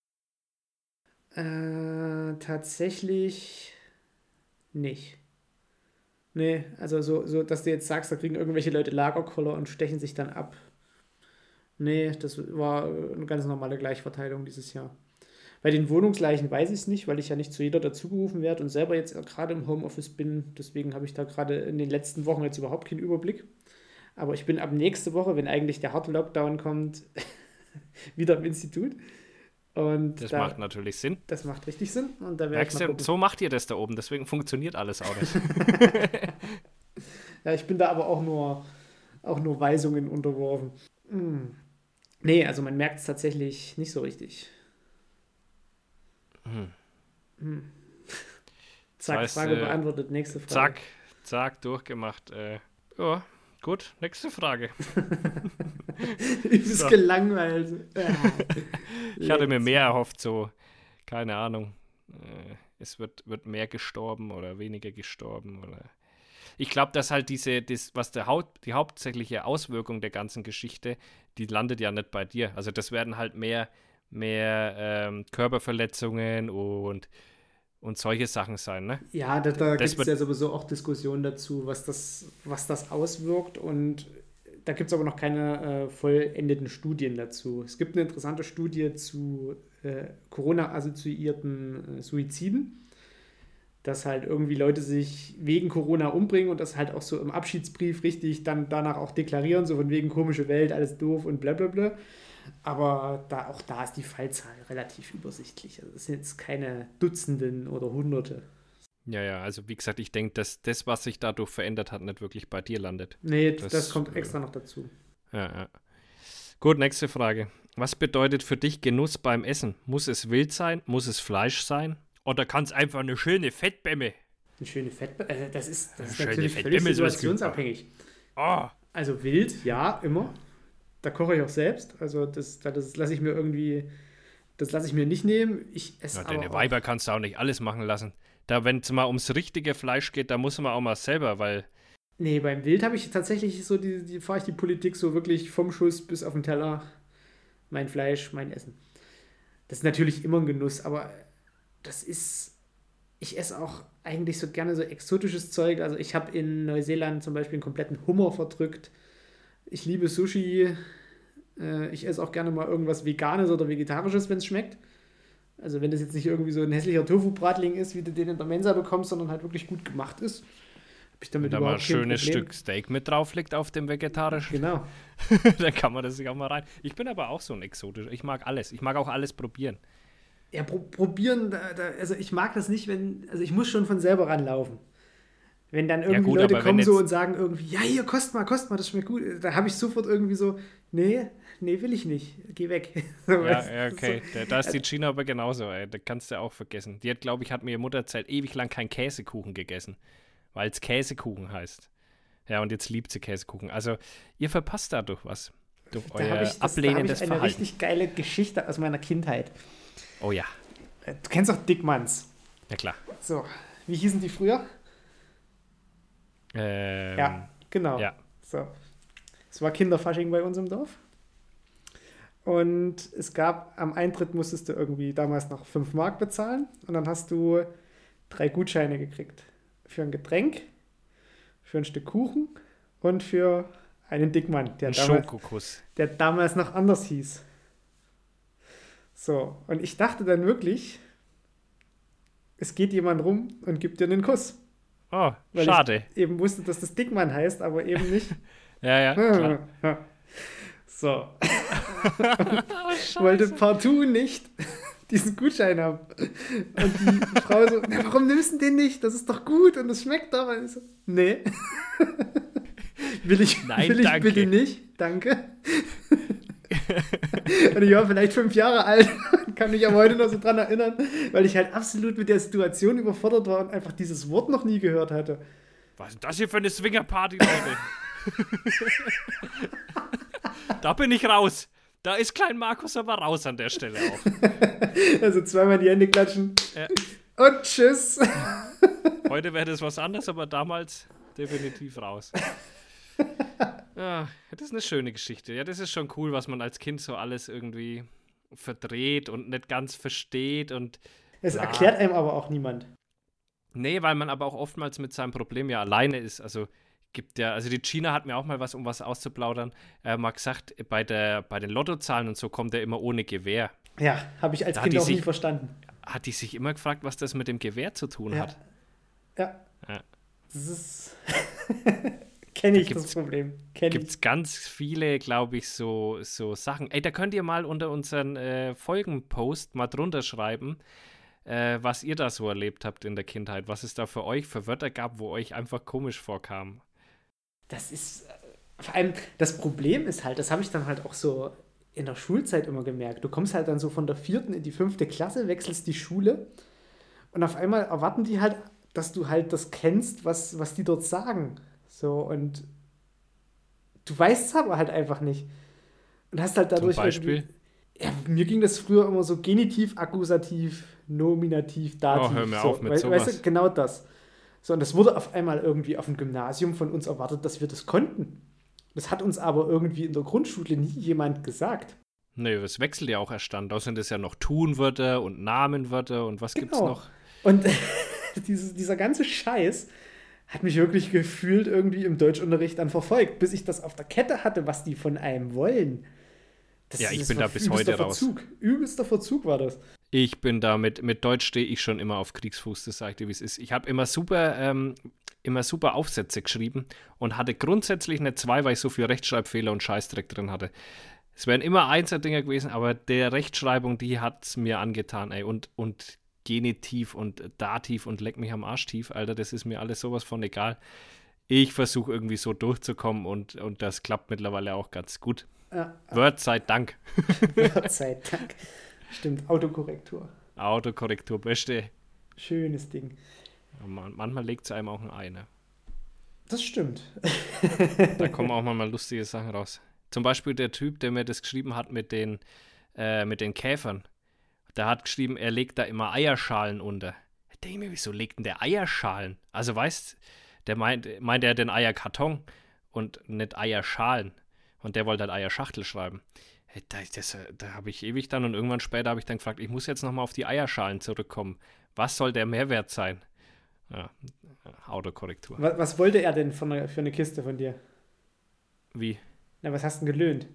so. Äh, tatsächlich nicht. Nee, also so, so, dass du jetzt sagst, da kriegen irgendwelche Leute Lagerkoller und stechen sich dann ab. Nee, das war eine ganz normale Gleichverteilung dieses Jahr. Bei den Wohnungsleichen weiß ich es nicht, weil ich ja nicht zu jeder dazugerufen werde und selber jetzt gerade im Homeoffice bin. Deswegen habe ich da gerade in den letzten Wochen jetzt überhaupt keinen Überblick. Aber ich bin ab nächste Woche, wenn eigentlich der harte Lockdown kommt, wieder im Institut. Und Das da, macht natürlich Sinn. das macht richtig Sinn. Und da werde ich Merkst mal du, gucken. so macht ihr das da oben, deswegen funktioniert alles auch nicht. Ja, ich bin da aber auch nur auch nur Weisungen unterworfen. Hm. Nee, also man merkt es tatsächlich nicht so richtig. Hm. Hm. Zack, Das heißt, Frage äh, beantwortet, nächste Frage. Zack, zack, durchgemacht. Äh, ja, gut, nächste Frage. Übelst So. gelangweilt. Ich hatte mir mehr erhofft, so, keine Ahnung. Äh, es wird, wird mehr gestorben oder weniger gestorben. Oder ich glaube, dass halt diese, das, was der Haupt, die hauptsächliche Auswirkung der ganzen Geschichte, die landet ja nicht bei dir. Also das werden halt mehr, mehr ähm, Körperverletzungen und, und solche Sachen sein, ne? Ja, da, da Das gibt es wird, ja sowieso auch Diskussionen dazu, was das, was das auswirkt. Und da gibt es aber noch keine äh, vollendeten Studien dazu. Es gibt eine interessante Studie zu äh, Corona-assoziierten äh, Suiziden, dass halt irgendwie Leute sich wegen Corona umbringen und das halt auch so im Abschiedsbrief richtig dann danach auch deklarieren, so von wegen komische Welt, alles doof und bla bla bla. Aber da, auch da ist die Fallzahl relativ übersichtlich. Also es sind jetzt keine Dutzenden oder Hunderte. ja, ja, also wie gesagt, ich denke, dass das, was sich dadurch verändert hat, nicht wirklich bei dir landet. Nee, das, Das, das kommt äh, extra noch dazu. Ja, ja. Gut, nächste Frage. Was bedeutet für dich Genuss beim Essen? Muss es wild sein? Muss es Fleisch sein? Oder kann es einfach eine schöne Fettbämme? Eine schöne Fett. Äh, das ist, das ist Schöne natürlich völlig Fettbimmel ist was situationsabhängig. Oh, Also wild, ja, immer. Da koche ich auch selbst. Also das, das lasse ich mir irgendwie, das lasse ich mir nicht nehmen. Ich esse na, aber deine auch, Weiber kannst du auch nicht alles machen lassen. Da, wenn es mal ums richtige Fleisch geht, da muss man auch mal selber, weil nee, beim Wild habe ich tatsächlich so, die, die fahre ich die Politik so wirklich vom Schuss bis auf den Teller. Mein Fleisch, mein Essen. Das ist natürlich immer ein Genuss, aber das ist, ich esse auch eigentlich so gerne so exotisches Zeug. Also ich habe in Neuseeland zum Beispiel einen kompletten Hummer verdrückt. Ich liebe Sushi. Äh, Ich esse auch gerne mal irgendwas Veganes oder Vegetarisches, wenn es schmeckt. Also wenn das jetzt nicht irgendwie so ein hässlicher Tofu-Bratling ist, wie du den in der Mensa bekommst, sondern halt wirklich gut gemacht ist, habe ich wenn damit da mal ein überhaupt kein schönes Problem. Stück Steak mit drauf liegt auf dem vegetarischen, Genau. dann kann man das sich auch mal rein. Ich bin aber auch so ein exotischer. Ich mag alles. Ich mag auch alles probieren. Ja, pro probieren, da, da, also ich mag das nicht, wenn, also ich muss schon von selber ranlaufen. Wenn dann irgendwie gut, Leute aber wenn kommen so jetzt- und sagen irgendwie, ja, hier, kost mal, kost mal, das schmeckt gut. Da habe ich sofort irgendwie so, nee, nee, will ich nicht. Geh weg. So, Ja, weißt du, ja, das ist okay. so, Da, da ist die Gina aber genauso, ey. Da kannst du auch vergessen. Die hat, glaube ich, hat mir ihre Mutter erzählt, ewig lang keinen Käsekuchen gegessen. Weil es Käsekuchen heißt. Ja, und jetzt liebt sie Käsekuchen. Also, ihr verpasst dadurch was. Durch da habe euer ich, das, da hab ablehnendes ich eine Verhalten. richtig geile Geschichte aus meiner Kindheit. Oh ja, Äh, Du kennst doch Dickmanns. na klar. So, wie hießen die früher? Ähm, Ja, genau. ja. So. Es war Kinderfasching bei uns im Dorf. Und es gab, am Eintritt musstest du irgendwie damals noch fünf Mark bezahlen. Und dann hast du drei Gutscheine gekriegt. Für ein Getränk, für ein Stück Kuchen und für einen Dickmann, der Ein damals, Schokokuss. der damals noch anders hieß. So, und ich dachte dann wirklich, es geht jemand rum und gibt dir einen Kuss. Oh, Weil schade. ich eben wusste, dass das Dickmann heißt, aber eben nicht. Ja, ja, klar. So. Ich wollte partout nicht diesen Gutschein haben. Und die Frau so, na, warum nimmst du den nicht? Das ist doch gut und es schmeckt doch. Und ich so, nee. will ich, Nein, will ich danke. bitte nicht. Danke. Und ich war vielleicht fünf Jahre alt und kann mich aber heute noch so dran erinnern, weil ich halt absolut mit der Situation überfordert war und einfach dieses Wort noch nie gehört hatte. Was ist denn das hier für eine Swingerparty, Leute? Da bin ich raus. Da ist Klein Markus aber raus an der Stelle auch. Also zweimal die Hände klatschen Ja. und tschüss. Heute wäre das was anderes, aber damals definitiv raus. Ja, das ist eine schöne Geschichte. Ja, das ist schon cool, was man als Kind so alles irgendwie verdreht und nicht ganz versteht und Es Klar. erklärt einem aber auch niemand. nee, weil man aber auch oftmals mit seinem Problem ja alleine ist. Also gibt ja, also die Gina hat mir auch mal was, um was auszuplaudern, äh, mal gesagt, bei, der, bei den Lottozahlen und so kommt er immer ohne Gewehr. Ja, habe ich als Da hat Kind die auch nie sich- verstanden. Hat die sich immer gefragt, was das mit dem Gewehr zu tun Ja. hat? Ja. Ja. Das ist. Kenne ich Da das gibt's- Problem. Kenn Gibt ich. es ganz viele, glaube ich, so, so Sachen. Ey, da könnt ihr mal unter unseren äh, Folgenpost mal drunter schreiben, äh, was ihr da so erlebt habt in der Kindheit. Was es da für euch für Wörter gab, wo euch einfach komisch vorkam. Das ist. Vor allem, das Problem ist halt, das habe ich dann halt auch so in der Schulzeit immer gemerkt. Du kommst halt dann so von der vierten in die fünfte Klasse, wechselst die Schule und auf einmal erwarten die halt, dass du halt das kennst, was, was die dort sagen. So, und du weißt es aber halt einfach nicht. Und hast halt Zum dadurch Beispiel. irgendwie. Ja, mir ging das früher immer so Genitiv, Akkusativ, Nominativ, Oh, Dativ. hör mir So, auf mit wei- weißt sowas. du, genau das. So, und das wurde auf einmal irgendwie auf dem Gymnasium von uns erwartet, dass wir das konnten. Das hat uns aber irgendwie in der Grundschule nie jemand gesagt. Nee, das wechselt ja auch erst dann. Da sind es ja noch Tunwörter und Namenwörter und was gibt's Genau. noch? Und dieses, dieser ganze Scheiß hat mich wirklich gefühlt irgendwie im Deutschunterricht dann verfolgt, bis ich das auf der Kette hatte, was die von einem wollen. Das, Ja, ich das bin war da bis übelster heute raus. Verzug. Übelster Verzug war das. Ich bin da mit, mit Deutsch stehe ich schon immer auf Kriegsfuß, das sage ich dir, wie es ist. Ich habe immer super, ähm, immer super Aufsätze geschrieben und hatte grundsätzlich eine zwei, weil ich so viel Rechtschreibfehler und Scheißdreck drin hatte. Es wären immer Einzeldinger gewesen, aber der Rechtschreibung, die hat es mir angetan, ey. Und, und Genitiv und Dativ und leck mich am Arsch tief, Alter, das ist mir alles sowas von egal. Ich versuche irgendwie so durchzukommen und, und das klappt mittlerweile auch ganz gut. Ja, Word sei Dank. Gott sei Dank. Stimmt, Autokorrektur. Autokorrektur, beste. Schönes Ding. Ja, man, manchmal legt es einem auch ein Ei, ne? Das stimmt. Da kommen auch manchmal lustige Sachen raus. Zum Beispiel der Typ, der mir das geschrieben hat mit den, äh, mit den Käfern. Der hat geschrieben, er legt da immer Eierschalen unter. Ich denke mir, wieso legt denn der Eierschalen? Also weißt, der meint, meint er den Eierkarton und nicht Eierschalen. Und der wollte halt Eierschachtel schreiben. Hey, Da, das, da habe ich ewig dann und irgendwann später habe ich dann gefragt, ich muss jetzt nochmal auf die Eierschalen zurückkommen. Was soll der Mehrwert sein? Ja, Autokorrektur. Was, was wollte er denn für eine, für eine Kiste von dir? Wie? Na, was hast du denn gelöhnt?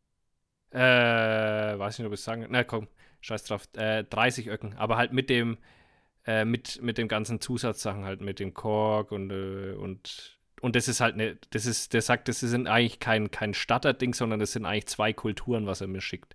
Äh, weiß nicht, ob ich es sagen. Na komm, scheiß drauf. Äh, dreißig Öcken. Aber halt mit dem, äh, mit, mit dem ganzen Zusatzsachen, halt mit dem Kork und, äh, und, und das ist halt ne, das ist, der sagt, das sind eigentlich kein, kein Statterding, sondern das sind eigentlich zwei Kulturen, was er mir schickt.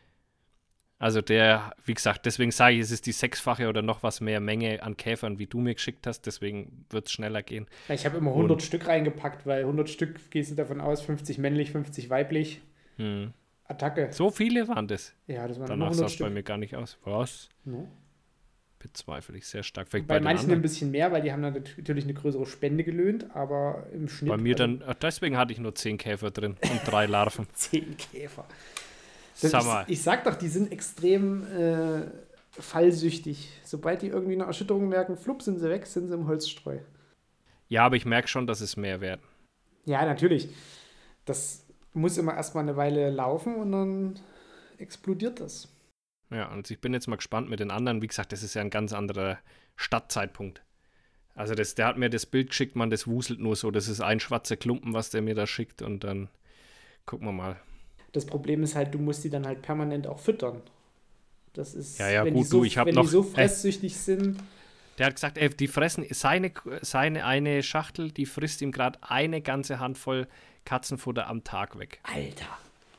Also der, wie gesagt, deswegen sage ich, es ist die sechsfache oder noch was mehr Menge an Käfern, wie du mir geschickt hast, deswegen wird es schneller gehen. Ich habe immer hundert Und- Stück reingepackt, weil hundert Stück gehst du davon aus, fünfzig männlich, fünfzig weiblich. Hm. Attacke. So viele waren das. Ja, das waren immer Danach sah hundert es bei Stück. mir gar nicht aus. Was? No. Bezweifle ich sehr stark. Vielleicht Bei, bei den manchen ein anderen. bisschen mehr, weil die haben dann nat- natürlich eine größere Spende gelöhnt, aber im Schnitt. Bei mir also dann, ach, deswegen hatte ich nur zehn Käfer drin und drei Larven. zehn Käfer. Das Sag mal. Ich, ich sag doch, die sind extrem äh, fallsüchtig. Sobald die irgendwie eine Erschütterung merken, flupp, sind sie weg, sind sie im Holzstreu. Ja, aber ich merke schon, dass es mehr werden. Ja, natürlich. Das muss immer erstmal eine Weile laufen und dann explodiert das. Ja, und ich bin jetzt mal gespannt mit den anderen. Wie gesagt, das ist ja ein ganz anderer Startzeitpunkt. Also das, der hat mir das Bild geschickt, man, das wuselt nur so. Das ist ein schwarzer Klumpen, was der mir da schickt und dann gucken wir mal. Das Problem ist halt, du musst die dann halt permanent auch füttern. Das ist, Ja, ja, wenn, gut, die so, du, ich hab wenn noch- die so äh. fresssüchtig sind. Der hat gesagt, ey, die fressen, seine, seine eine Schachtel, die frisst ihm gerade eine ganze Handvoll Katzenfutter am Tag weg. Alter.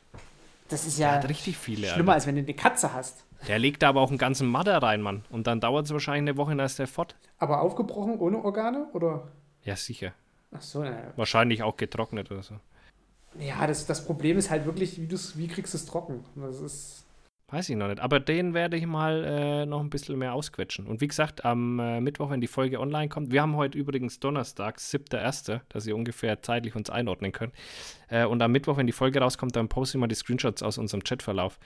Das ist Der ja hat richtig viele, schlimmer, Alter. als wenn du eine Katze hast. Der legt da aber auch einen ganzen Madder rein, Mann. Und dann dauert es wahrscheinlich eine Woche, dann ist der fort. Aber aufgebrochen, ohne Organe? Oder? Ja, sicher. Ach so, naja. Wahrscheinlich auch getrocknet oder so. Ja, das, das Problem ist halt wirklich, wie, du's, wie kriegst du es trocken? Das ist. Weiß ich noch nicht. Aber den werde ich mal äh, noch ein bisschen mehr ausquetschen. Und wie gesagt, am äh, Mittwoch, wenn die Folge online kommt, wir haben heute übrigens Donnerstag, siebter erster, dass ihr ungefähr zeitlich uns einordnen könnt. Äh, und am Mittwoch, wenn die Folge rauskommt, dann poste ich mal die Screenshots aus unserem Chatverlauf.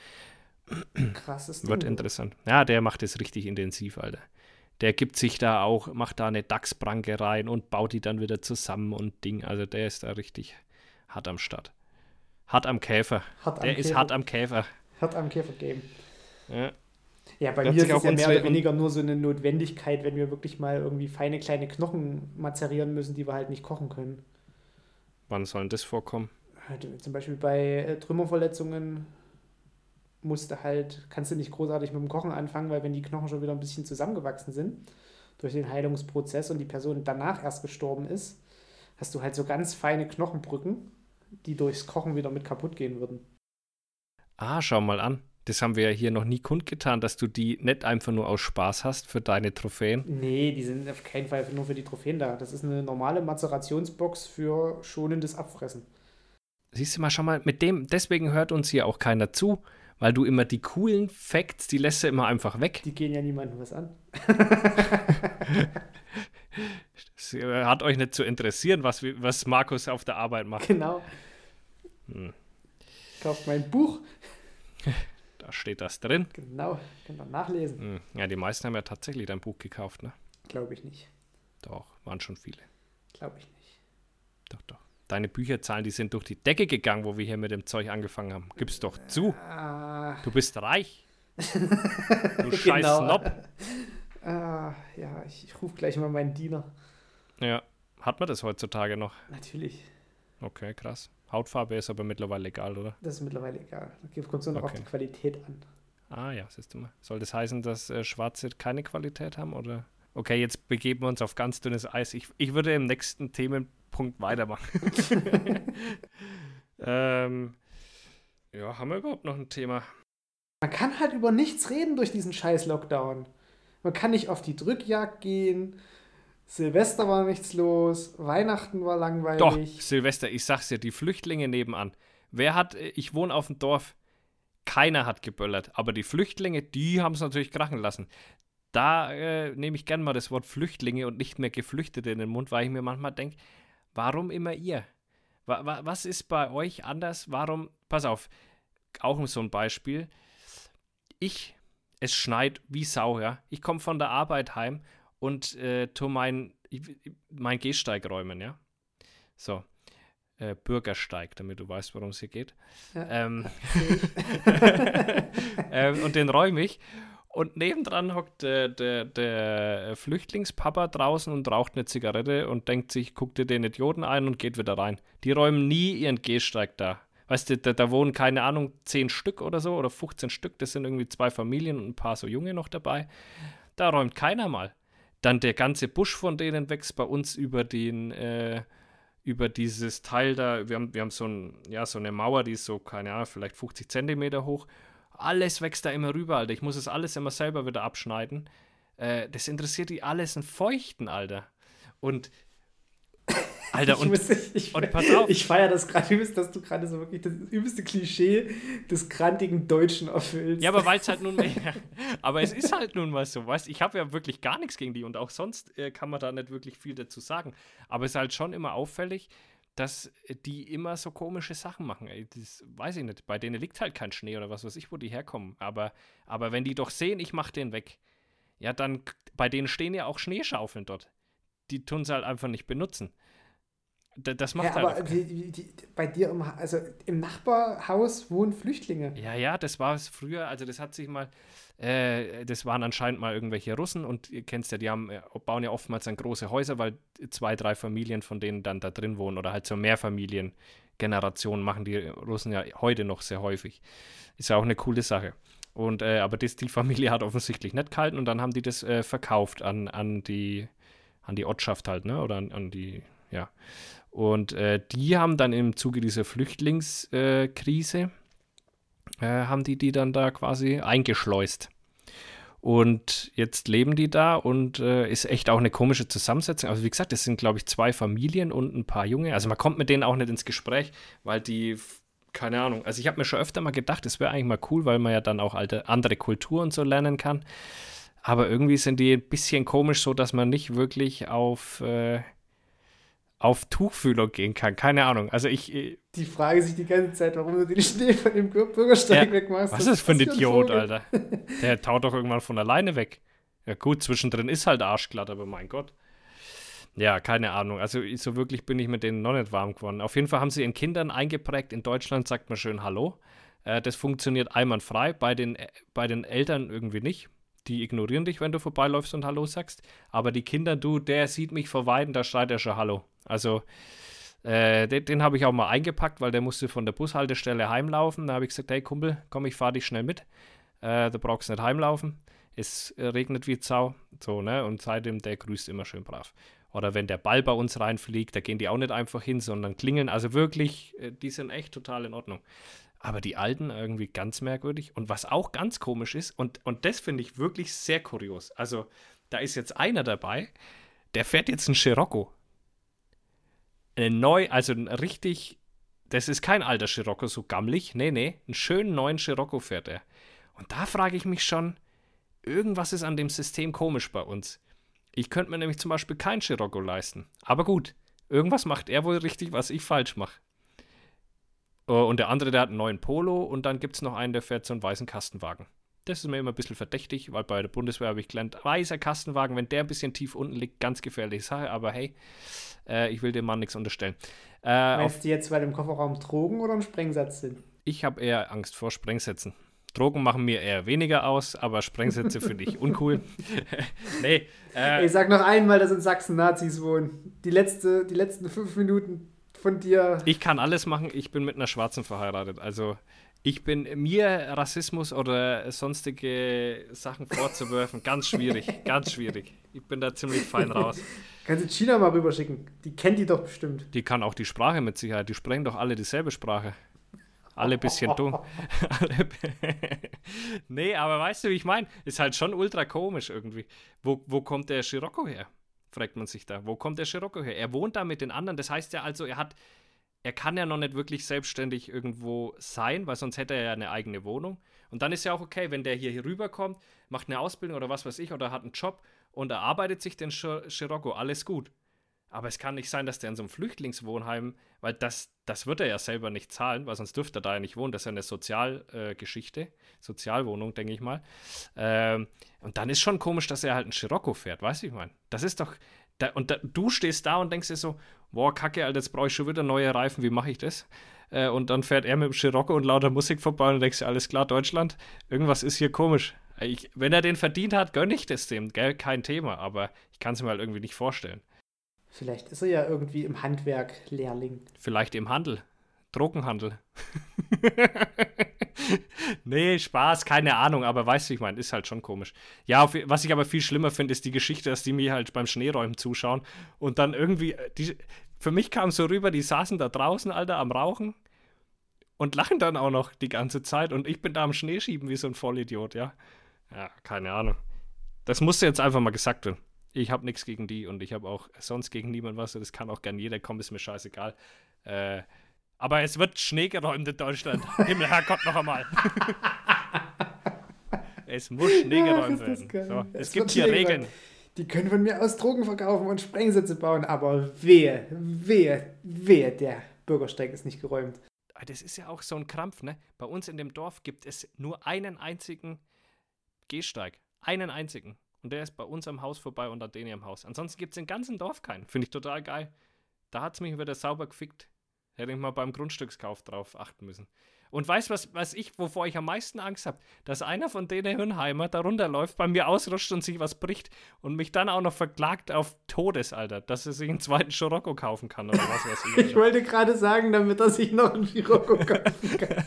Krasses Wird Ding. interessant. Ja, der macht es richtig intensiv, Alter. Der gibt sich da auch, macht da eine Dachspranke rein und baut die dann wieder zusammen und Ding. Also der ist da richtig hart am Start. Hart am Käfer. Hart am Der ist Käfer. hart am Käfer. Hart am Käfer geben. Ja. Ja, bei Wird mir sich ist es auch ja mehr unsere- oder weniger nur so eine Notwendigkeit, wenn wir wirklich mal irgendwie feine kleine Knochen mazerieren müssen, die wir halt nicht kochen können. Wann soll denn das vorkommen? Halt, zum Beispiel bei äh, Trümmerverletzungen musst du halt, kannst du nicht großartig mit dem Kochen anfangen, weil wenn die Knochen schon wieder ein bisschen zusammengewachsen sind durch den Heilungsprozess und die Person danach erst gestorben ist, hast du halt so ganz feine Knochenbrücken, die durchs Kochen wieder mit kaputt gehen würden. Ah, schau mal an. Das haben wir ja hier noch nie kundgetan, dass du die nicht einfach nur aus Spaß hast für deine Trophäen. Nee, die sind auf keinen Fall nur für die Trophäen da. Das ist eine normale Macerationsbox für schonendes Abfressen. Siehst du mal, schau mal, mit dem, deswegen hört uns hier auch keiner zu, weil du immer die coolen Facts, die lässt du immer einfach weg. Die gehen ja niemandem was an. Es hat euch nicht zu interessieren, was, was Markus auf der Arbeit macht. Genau. Hm. Kauft mein Buch. Da steht das drin. Genau, könnt ihr nachlesen. Hm. Ja, die meisten haben ja tatsächlich dein Buch gekauft, ne? Glaube ich nicht. Doch, waren schon viele. Glaube ich nicht. Doch, doch. Deine Bücherzahlen, die sind durch die Decke gegangen, wo wir hier mit dem Zeug angefangen haben. Gib's doch zu. Ah, Du bist reich. Du scheiß genau. Snob. Ah, ja, ich, ich rufe gleich mal meinen Diener. Ja, hat man das heutzutage noch? Natürlich. Okay, krass. Hautfarbe ist aber mittlerweile egal, oder? Das ist mittlerweile egal. Da kommt so noch Okay. auf die Qualität an. Ah ja, siehst du mal. Soll das heißen, dass äh, Schwarze keine Qualität haben, oder? Okay, jetzt begeben wir uns auf ganz dünnes Eis. Ich, ich würde im nächsten Themenpunkt weitermachen. ähm, ja, haben wir überhaupt noch ein Thema? Man kann halt über nichts reden durch diesen scheiß Lockdown. Man kann nicht auf die Drückjagd gehen. Silvester war nichts los. Weihnachten war Doch, langweilig. Silvester, ich sag's dir, die Flüchtlinge nebenan. Wer hat, äh, ich wohne auf dem Dorf, keiner hat geböllert, aber die Flüchtlinge, die haben es natürlich krachen lassen. Da äh, nehme ich gern mal das Wort Flüchtlinge und nicht mehr Geflüchtete in den Mund, weil ich mir manchmal denke, warum immer ihr? Wa wa was ist bei euch anders? Warum, pass auf, auch so ein Beispiel. Ich, es schneit wie Sau, ja. Ich komme von der Arbeit heim und äh, tu mein, mein Gehsteig räumen, ja. So, äh, Bürgersteig, damit du weißt, worum es hier geht. Ja, Ähm, ähm, und den räume ich. Und nebendran hockt der, der, der Flüchtlingspapa draußen und raucht eine Zigarette und denkt sich, guckt dir den Idioten ein und geht wieder rein. Die räumen nie ihren Gehsteig da. Weißt du, da, da wohnen, keine Ahnung, zehn Stück oder so oder fünfzehn Stück. Das sind irgendwie zwei Familien und ein paar so Junge noch dabei. Da räumt keiner mal. Dann der ganze Busch von denen wächst bei uns über den, äh, über dieses Teil da. Wir haben, wir haben so, ein, ja, so eine Mauer, die ist so, keine Ahnung, vielleicht fünfzig Zentimeter hoch. Alles wächst da immer rüber, Alter. Ich muss es alles immer selber wieder abschneiden. Äh, das interessiert die alles in Feuchten, Alter. Und, Alter, ich und, muss, ich, ich, und pass auf. Ich feiere das gerade übelst, dass du gerade so wirklich das übelste Klischee des krantigen Deutschen erfüllst. Ja, aber weil es halt nun mal, aber es ist halt nun mal so, weißt du, ich habe ja wirklich gar nichts gegen die und auch sonst äh, kann man da nicht wirklich viel dazu sagen. Aber es ist halt schon immer auffällig, dass die immer so komische Sachen machen. Ey, das weiß ich nicht. Bei denen liegt halt kein Schnee oder was weiß ich, wo die herkommen. Aber, aber wenn die doch sehen, ich mach den weg, ja, dann, bei denen stehen ja auch Schneeschaufeln dort. Die tun sie halt einfach nicht benutzen. D das macht ja, halt aber die, die, die, bei dir im, Ha- also im Nachbarhaus wohnen Flüchtlinge. Ja, ja, das war es früher, also das hat sich mal, äh, das waren anscheinend mal irgendwelche Russen und ihr kennt ja, die haben, äh, bauen ja oftmals dann große Häuser, weil zwei, drei Familien von denen dann da drin wohnen oder halt so Mehrfamiliengenerationen machen die Russen ja heute noch sehr häufig. Ist ja auch eine coole Sache. Und, äh, aber das, die Familie hat offensichtlich nicht gehalten und dann haben die das äh, verkauft an, an die, an die Ortschaft halt, ne, oder an, an die, ja. Und äh, die haben dann im Zuge dieser Flüchtlingskrise, äh, haben die die dann da quasi eingeschleust. Und jetzt leben die da und äh, ist echt auch eine komische Zusammensetzung. Also wie gesagt, das sind, glaube ich, zwei Familien und ein paar Junge. Also man kommt mit denen auch nicht ins Gespräch, weil die, keine Ahnung, also ich habe mir schon öfter mal gedacht, das wäre eigentlich mal cool, weil man ja dann auch alte, andere Kulturen so lernen kann. Aber irgendwie sind die ein bisschen komisch, so dass man nicht wirklich auf... Äh, auf Tuchfühlung gehen kann. Keine Ahnung. Also ich... Die fragen sich die ganze Zeit, warum du den Schnee von dem Bürgersteig ja, wegmachst. Was ist das für ein Idiot, Vogel? Alter? Der taut doch irgendwann von alleine weg. Ja gut, zwischendrin ist halt arschglatt, aber mein Gott. Ja, keine Ahnung. Also so wirklich bin ich mit denen noch nicht warm geworden. Auf jeden Fall haben sie ihren Kindern eingeprägt, in Deutschland sagt man schön Hallo. Äh, das funktioniert einwandfrei, bei den, äh, bei den Eltern irgendwie nicht. Die ignorieren dich, wenn du vorbeiläufst und Hallo sagst. Aber die Kinder, du, der sieht mich vor Weitem, da schreit er schon Hallo. Also, äh, den, den habe ich auch mal eingepackt, weil der musste von der Bushaltestelle heimlaufen. Da habe ich gesagt, hey Kumpel, komm, ich fahre dich schnell mit. Äh, du brauchst nicht heimlaufen. Es äh, regnet wie Sau. So, ne? Und seitdem, der grüßt immer schön brav. Oder wenn der Ball bei uns reinfliegt, da gehen die auch nicht einfach hin, sondern klingeln. Also wirklich, äh, die sind echt total in Ordnung. Aber die Alten irgendwie ganz merkwürdig. Und was auch ganz komisch ist, und, und das finde ich wirklich sehr kurios. Also, da ist jetzt einer dabei, der fährt jetzt einen Scirocco. Eine neu, also ein richtig das ist kein alter Scirocco, so gammelig. Nee, nee, einen schönen neuen Scirocco fährt er. Und da frage ich mich schon, irgendwas ist an dem System komisch bei uns. Ich könnte mir nämlich zum Beispiel keinen Scirocco leisten. Aber gut, irgendwas macht er wohl richtig, was ich falsch mache. Und der andere, der hat einen neuen Polo und dann gibt es noch einen, der fährt so einen weißen Kastenwagen. Das ist mir immer ein bisschen verdächtig, weil bei der Bundeswehr habe ich gelernt, weißer Kastenwagen, wenn der ein bisschen tief unten liegt, ganz gefährliche Sache. Aber hey, äh, ich will dem Mann nichts unterstellen. Äh, Meinst du jetzt, weil im Kofferraum Drogen oder ein Sprengsatz sind? Ich habe eher Angst vor Sprengsätzen. Drogen machen mir eher weniger aus, aber Sprengsätze finde ich uncool. nee. Äh, ich sag noch einmal, dass in Sachsen Nazis wohnen. Die, letzte, die letzten fünf Minuten von dir. Ich kann alles machen, ich bin mit einer Schwarzen verheiratet. Also ich bin mir Rassismus oder sonstige Sachen vorzuwerfen, ganz schwierig, ganz schwierig. Ich bin da ziemlich fein raus. Kannst du China mal rüberschicken? Die kennt die doch bestimmt. Die kann auch die Sprache mit Sicherheit. Die sprechen doch alle dieselbe Sprache. Alle ein bisschen dumm. Nee, aber weißt du, wie ich meine? Ist halt schon ultra komisch irgendwie. Wo, wo kommt der Scirocco her? Fragt man sich da. Wo kommt der Scirocco her? Er wohnt da mit den anderen. Das heißt ja also, er hat, er kann ja noch nicht wirklich selbstständig irgendwo sein, weil sonst hätte er ja eine eigene Wohnung. Und dann ist ja auch okay, wenn der hier rüberkommt, macht eine Ausbildung oder was weiß ich, oder hat einen Job und erarbeitet sich den Scirocco. Alles gut. Aber es kann nicht sein, dass der in so einem Flüchtlingswohnheim, weil das, das wird er ja selber nicht zahlen, weil sonst dürfte er da ja nicht wohnen. Das ist ja eine Sozialgeschichte, äh, Sozialwohnung, denke ich mal. Ähm, und dann ist schon komisch, dass er halt einen Scirocco fährt, weißt du, ich meine? Das ist doch, da, und da, du stehst da und denkst dir so, boah, kacke, Alter, jetzt brauche ich schon wieder neue Reifen, wie mache ich das? Äh, und dann fährt er mit dem Scirocco und lauter Musik vorbei und denkst dir, alles klar, Deutschland, irgendwas ist hier komisch. Ich, wenn er den verdient hat, gönne ich das dem, gell? Kein Thema, aber ich kann es mir halt irgendwie nicht vorstellen. Vielleicht ist er ja irgendwie im Handwerk Lehrling. Vielleicht im Handel. Drogenhandel. Nee, Spaß, keine Ahnung, aber weißt du, ich meine, ist halt schon komisch. Ja, auf, was ich aber viel schlimmer finde, ist die Geschichte, dass die mir halt beim Schneeräumen zuschauen und dann irgendwie, die, für mich kam so rüber, die saßen da draußen, Alter, am Rauchen und lachen dann auch noch die ganze Zeit und ich bin da am Schnee schieben wie so ein Vollidiot, ja. Ja, keine Ahnung. Das musste jetzt einfach mal gesagt werden. Ich habe nichts gegen die und ich habe auch sonst gegen niemanden was. Das kann auch gern jeder kommen, ist mir scheißegal. Äh, aber es wird Schnee geräumt in Deutschland. Himmel, Herrgott, noch einmal. Es muss Schnee ja, geräumt werden. So, es, es gibt hier Regeln. Die können von mir aus Drogen verkaufen und Sprengsätze bauen, aber wehe, wehe, wehe, der Bürgersteig ist nicht geräumt. Das ist ja auch so ein Krampf, ne? Bei uns in dem Dorf gibt es nur einen einzigen Gehsteig. Einen einzigen. Und der ist bei uns am Haus vorbei und an denen im Haus. Ansonsten gibt es im ganzen Dorf keinen. Finde ich total geil. Da hat es mich wieder sauber gefickt. Hätte ich mal beim Grundstückskauf drauf achten müssen. Und weißt du, was, was ich, wovor ich am meisten Angst habe? Dass einer von denen Hirnheimer da runterläuft, bei mir ausrutscht und sich was bricht und mich dann auch noch verklagt auf Todes, Alter. Dass er sich einen zweiten Scirocco kaufen kann oder was weiß ich. Ich wollte gerade sagen, damit er sich noch einen Scirocco kaufen kann.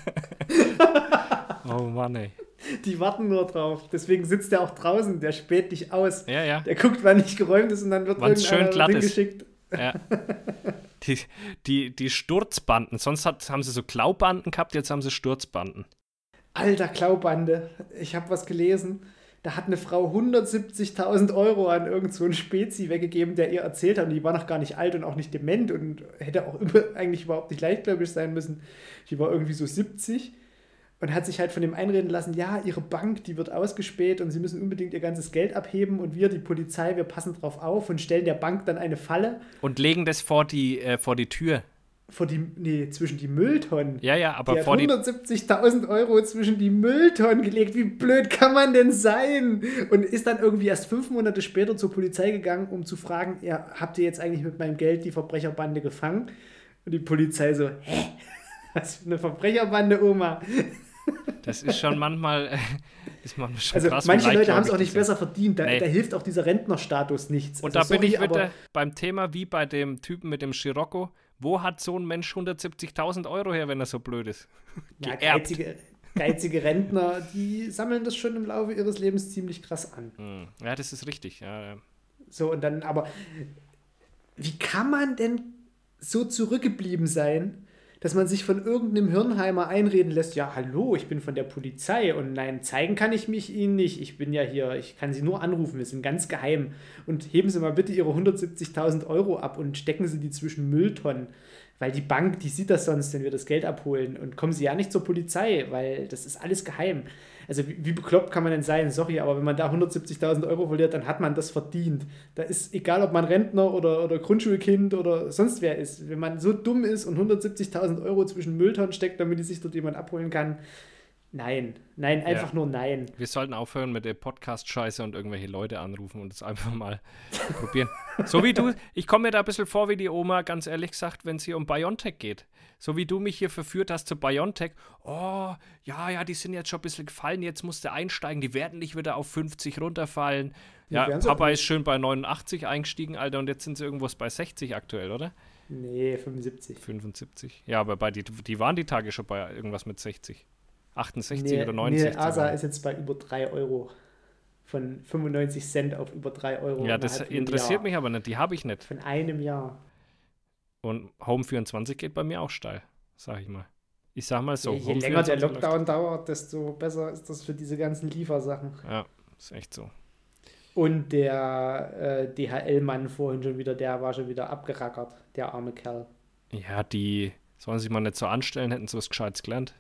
Oh Mann, ey. Die warten nur drauf. Deswegen sitzt der auch draußen. Der späht dich aus. Ja, ja. Der guckt, wann nicht geräumt ist und dann wird Wann's irgendeiner hingeschickt. Ja. Die, die, die Sturzbanden. Sonst hat, haben sie so Klaubanden gehabt, jetzt haben sie Sturzbanden. Alter, Klaubande. Ich habe was gelesen. Da hat eine Frau hundertsiebzigtausend Euro an irgend so einen Spezi weggegeben, der ihr erzählt hat. Und die war noch gar nicht alt und auch nicht dement und hätte auch über, eigentlich überhaupt nicht leichtgläubig sein müssen. Die war irgendwie so siebzig. Und hat sich halt von dem einreden lassen, ja, ihre Bank, die wird ausgespäht und sie müssen unbedingt ihr ganzes Geld abheben und wir, die Polizei, wir passen drauf auf und stellen der Bank dann eine Falle. Und legen das vor die, äh, vor die Tür. Vor die, nee, zwischen die Mülltonnen. Ja, ja, aber die vor hat hundertsiebzigtausend Euro zwischen die Mülltonnen gelegt. Wie blöd kann man denn sein? Und ist dann irgendwie erst fünf Monate später zur Polizei gegangen, um zu fragen, ja, habt ihr jetzt eigentlich mit meinem Geld die Verbrecherbande gefangen? Und die Polizei so, hä? Was für eine Verbrecherbande, Oma? Das ist schon manchmal, äh, ist manchmal schon also krass. Manche Leute haben es auch nicht besser verdient. Da, nee. da hilft auch dieser Rentnerstatus nichts. Und also da bin sorry, ich wieder beim Thema wie bei dem Typen mit dem Scirocco. Wo hat so ein Mensch hundertsiebzigtausend Euro her, wenn er so blöd ist? Ja, geizige, geizige Rentner, die sammeln das schon im Laufe ihres Lebens ziemlich krass an. Hm. Ja, das ist richtig. Ja, ja. So, und dann, aber wie kann man denn so zurückgeblieben sein, dass man sich von irgendeinem Hirnheimer einreden lässt, ja, hallo, ich bin von der Polizei und nein, zeigen kann ich mich Ihnen nicht. Ich bin ja hier, ich kann Sie nur anrufen, wir sind ganz geheim. Und heben Sie mal bitte Ihre hundertsiebzigtausend Euro ab und stecken Sie die zwischen Mülltonnen. Weil die Bank, die sieht das sonst, wenn wir das Geld abholen. Und kommen sie ja nicht zur Polizei, weil das ist alles geheim. Also wie, wie bekloppt kann man denn sein? Sorry, aber wenn man da hundertsiebzigtausend Euro verliert, dann hat man das verdient. Da ist egal, ob man Rentner oder, oder Grundschulkind oder sonst wer ist. Wenn man so dumm ist und hundertsiebzigtausend Euro zwischen Mülltonnen steckt, damit die sich dort jemand abholen kann, nein. Nein, einfach ja. nur nein. Wir sollten aufhören mit der Podcast-Scheiße und irgendwelche Leute anrufen und es einfach mal probieren. So wie du, ich komme mir da ein bisschen vor wie die Oma, ganz ehrlich gesagt, wenn es hier um BioNTech geht. So wie du mich hier verführt hast zu BioNTech. Oh, ja, ja, die sind jetzt schon ein bisschen gefallen, jetzt musst du einsteigen, die werden nicht wieder auf fünfzig runterfallen. Ja, ja Papa ist schön bei neunundachtzig eingestiegen, Alter, und jetzt sind sie irgendwas bei sechzig aktuell, oder? Nee, fünfundsiebzig. fünfundsiebzig. Ja, aber bei die, die waren die Tage schon bei irgendwas mit sechzig. achtundsechzig nee, oder neunundsechzig. Nee, A S A ist jetzt bei über drei Euro. Von fünfundneunzig Cent auf über drei Euro. Ja, das interessiert mich aber nicht, die habe ich nicht. Von einem Jahr. Und Home vierundzwanzig geht bei mir auch steil, sag ich mal. Ich sag mal so. Je, je länger der Lockdown läuft. dauert, desto besser ist das für diese ganzen Liefersachen. Ja, ist echt so. Und der äh, D H L-Mann vorhin schon wieder, der war schon wieder abgerackert, der arme Kerl. Ja, die sollen sich mal nicht so anstellen, hätten sie was Gescheites gelernt.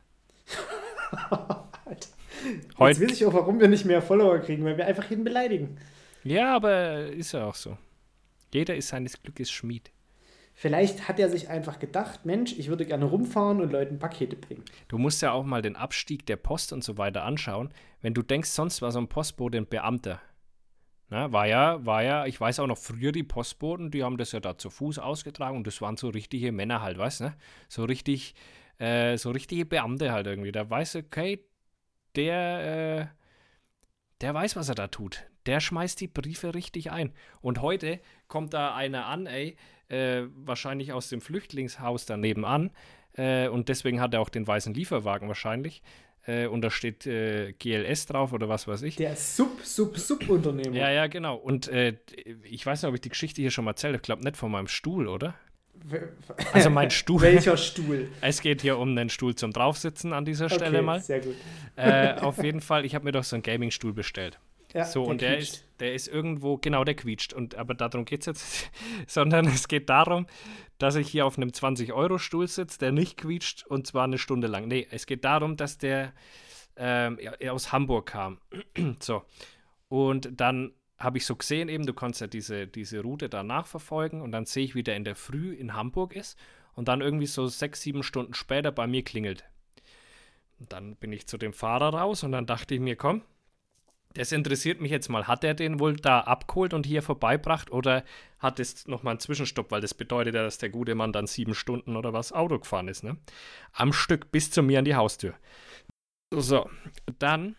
Alter. Jetzt weiß ich auch, warum wir nicht mehr Follower kriegen, weil wir einfach jeden beleidigen. Ja, aber ist ja auch so. Jeder ist seines Glückes Schmied. Vielleicht hat er sich einfach gedacht, Mensch, ich würde gerne rumfahren und Leuten Pakete bringen. Du musst ja auch mal den Abstieg der Post und so weiter anschauen. Wenn du denkst, sonst war so ein Postbote ein Beamter. Na, war ja, war ja, ich weiß auch noch früher, die Postboten, die haben das ja da zu Fuß ausgetragen und das waren so richtige Männer halt, weißt du, ne? So richtig, äh, so richtige Beamte halt irgendwie. Da weißt du, okay, der, äh, der weiß, was er da tut. Der schmeißt die Briefe richtig ein. Und heute kommt da einer an, ey, äh, wahrscheinlich aus dem Flüchtlingshaus daneben an. Äh, und deswegen hat er auch den weißen Lieferwagen wahrscheinlich. Äh, und da steht äh, G L S drauf oder was weiß ich. Der Sub-Sub-Sub-Unternehmer. Ja, ja, genau. Und äh, ich weiß nicht, ob ich die Geschichte hier schon mal erzählt habe. Ich glaube nicht von meinem Stuhl, oder? Also mein Stuhl. Welcher Stuhl? Es geht hier um einen Stuhl zum Draufsitzen an dieser Stelle okay, mal. Sehr gut. Äh, auf jeden Fall, ich habe mir doch so einen Gaming-Stuhl bestellt. Ja, so, der und der quietscht. ist, der ist irgendwo, genau, der quietscht. Und, aber darum geht es jetzt, sondern es geht darum, dass ich hier auf einem zwanzig-Euro-Stuhl sitze, der nicht quietscht und zwar eine Stunde lang. Nee, es geht darum, dass der ähm, ja, aus Hamburg kam. So. Und dann habe ich so gesehen eben, du kannst ja diese, diese Route da nachverfolgen und dann sehe ich, wie der in der Früh in Hamburg ist und dann irgendwie so sechs, sieben Stunden später bei mir klingelt. Und dann bin ich zu dem Fahrer raus und dann dachte ich mir, komm, das interessiert mich jetzt mal. Hat er den wohl da abgeholt und hier vorbeibracht oder hat es nochmal einen Zwischenstopp, weil das bedeutet ja, dass der gute Mann dann sieben Stunden oder was Auto gefahren ist, ne? Am Stück bis zu mir an die Haustür. So, dann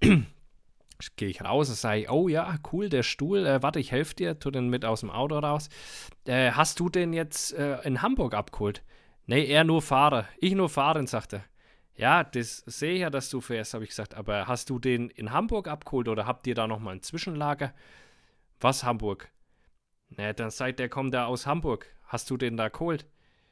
gehe ich raus und sage, oh ja, cool, der Stuhl, äh, warte, ich helfe dir, tu den mit aus dem Auto raus. Äh, hast du den jetzt äh, in Hamburg abgeholt? Nee, er nur Fahrer. Ich nur fahren, sagt er. Ja, das sehe ich ja, dass du fährst, habe ich gesagt. Aber hast du den in Hamburg abgeholt oder habt ihr da nochmal ein Zwischenlager? Was Hamburg? Na, dann sagt der, kommt da aus Hamburg. Hast du den da geholt?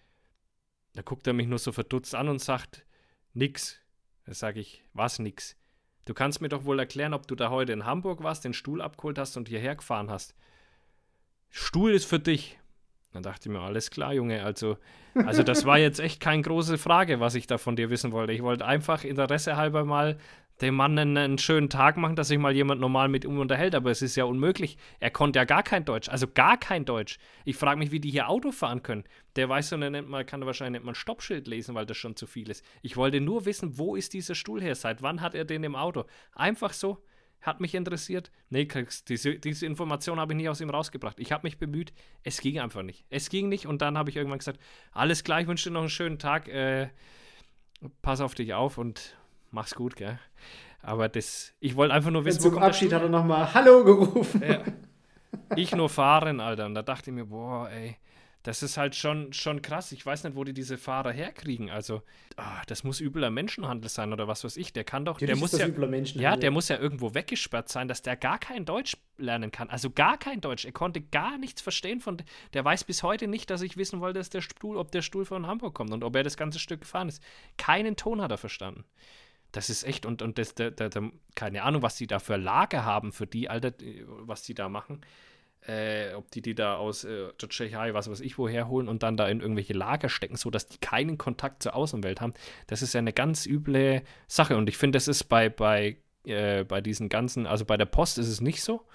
Da guckt er mich nur so verdutzt an und sagt, nix. Da sage ich, was nix? Du kannst mir doch wohl erklären, ob du da heute in Hamburg warst, den Stuhl abgeholt hast und hierher gefahren hast. Stuhl ist für dich. Dann dachte ich mir, alles klar, Junge, also, also das war jetzt echt keine große Frage, was ich da von dir wissen wollte. Ich wollte einfach Interesse halber mal dem Mann einen, einen schönen Tag machen, dass sich mal jemand normal mit ihm unterhält, aber es ist ja unmöglich. Er konnte ja gar kein Deutsch, also gar kein Deutsch. Ich frage mich, wie die hier Auto fahren können. Der weiß so, nennt man, kann wahrscheinlich nicht mal ein Stoppschild lesen, weil das schon zu viel ist. Ich wollte nur wissen, wo ist dieser Stuhl her? Seit wann hat er den im Auto? Einfach so. Hat mich interessiert. Nee, diese, diese Information habe ich nicht aus ihm rausgebracht. Ich habe mich bemüht. Es ging einfach nicht. Es ging nicht und dann habe ich irgendwann gesagt, alles klar, ich wünsche dir noch einen schönen Tag. Äh, pass auf dich auf und mach's gut, gell? Aber das, ich wollte einfach nur wissen, und zum Abschied hat er nochmal Hallo gerufen. Ja. Ich nur fahren, Alter. Und da dachte ich mir, boah, ey, das ist halt schon, schon krass. Ich weiß nicht, wo die diese Fahrer herkriegen. Also, ah, das muss übler Menschenhandel sein oder was weiß ich. Der kann doch, der muss ja, ja, der muss ja irgendwo weggesperrt sein, dass der gar kein Deutsch lernen kann. Also gar kein Deutsch. Er konnte gar nichts verstehen von, der weiß bis heute nicht, dass ich wissen wollte, dass der Stuhl, ob der Stuhl von Hamburg kommt und ob er das ganze Stück gefahren ist. Keinen Ton hat er verstanden. Das ist echt, und, und das, der, der, der, keine Ahnung, was die da für Lager haben für die, Alter, was die da machen. äh, ob die die da aus äh, der Tschechei, was weiß ich, woher holen und dann da in irgendwelche Lager stecken, sodass die keinen Kontakt zur Außenwelt haben. Das ist ja eine ganz üble Sache. Und ich finde, das ist bei, bei, äh, bei diesen ganzen, also bei der Post ist es nicht so.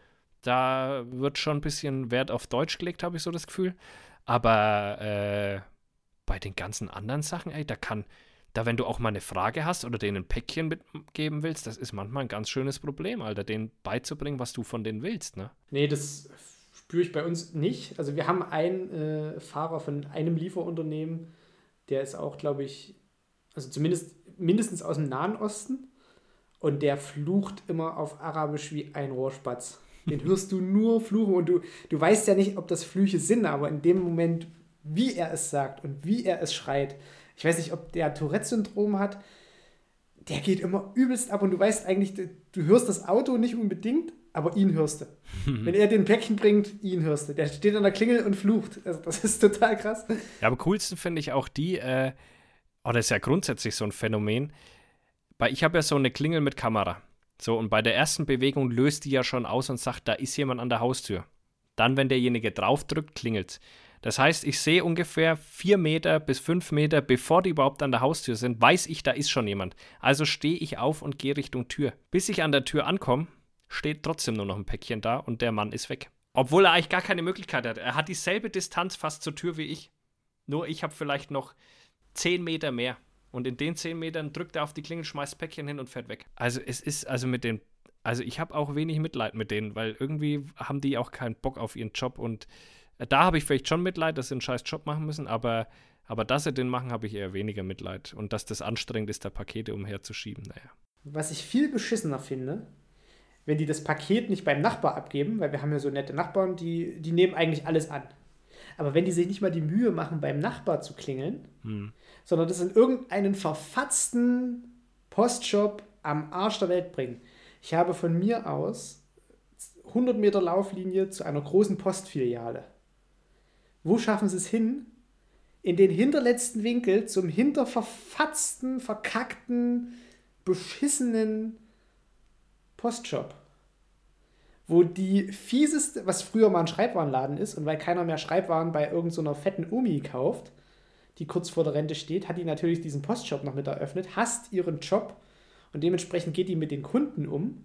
Da wird schon ein bisschen Wert auf Deutsch gelegt, habe ich so das Gefühl. Aber äh, bei den ganzen anderen Sachen, ey, da kann, da wenn du auch mal eine Frage hast oder denen ein Päckchen mitgeben willst, das ist manchmal ein ganz schönes Problem, Alter, denen beizubringen, was du von denen willst, ne? Nee, das spüre ich bei uns nicht. Also wir haben einen äh, Fahrer von einem Lieferunternehmen, der ist auch, glaube ich, also zumindest mindestens aus dem Nahen Osten und der flucht immer auf Arabisch wie ein Rohrspatz. Den hörst du nur fluchen und du, du weißt ja nicht, ob das Flüche sind, aber in dem Moment, wie er es sagt und wie er es schreit, ich weiß nicht, ob der Tourette-Syndrom hat, der geht immer übelst ab und du weißt eigentlich, du, du hörst das Auto nicht unbedingt, aber ihn hörst du. Wenn er den Päckchen bringt, ihn hörst du. Der steht an der Klingel und flucht. Also das ist total krass. Ja, aber coolsten finde ich auch die, äh, oh, das ist ja grundsätzlich so ein Phänomen, weil ich habe ja so eine Klingel mit Kamera. So, und bei der ersten Bewegung löst die ja schon aus und sagt, da ist jemand an der Haustür. Dann, wenn derjenige draufdrückt, klingelt's. Das heißt, ich sehe ungefähr vier Meter bis fünf Meter, bevor die überhaupt an der Haustür sind, weiß ich, da ist schon jemand. Also stehe ich auf und gehe Richtung Tür. Bis ich an der Tür ankomme, steht trotzdem nur noch ein Päckchen da und der Mann ist weg. Obwohl er eigentlich gar keine Möglichkeit hat. Er hat dieselbe Distanz fast zur Tür wie ich. Nur ich habe vielleicht noch zehn Meter mehr. Und in den zehn Metern drückt er auf die Klingel, schmeißt Päckchen hin und fährt weg. Also es ist, also mit den, also ich habe auch wenig Mitleid mit denen, weil irgendwie haben die auch keinen Bock auf ihren Job und da habe ich vielleicht schon Mitleid, dass sie einen scheiß Job machen müssen, aber, aber dass sie den machen, habe ich eher weniger Mitleid. Und dass das anstrengend ist, da Pakete umherzuschieben, naja. Was ich viel beschissener finde, wenn die das Paket nicht beim Nachbar abgeben, weil wir haben ja so nette Nachbarn, die, die nehmen eigentlich alles an. Aber wenn die sich nicht mal die Mühe machen, beim Nachbar zu klingeln, hm. sondern das in irgendeinen verfatzten Postshop am Arsch der Welt bringen. Ich habe von mir aus hundert Meter Lauflinie zu einer großen Postfiliale. Wo schaffen sie es hin? In den hinterletzten Winkel zum hinterverfatzten, verkackten, beschissenen Postshop. Wo die fieseste, was früher mal ein Schreibwarenladen ist und weil keiner mehr Schreibwaren bei irgendeiner so fetten Omi kauft, die kurz vor der Rente steht, hat die natürlich diesen Postshop noch mit eröffnet, hasst ihren Job und dementsprechend geht die mit den Kunden um.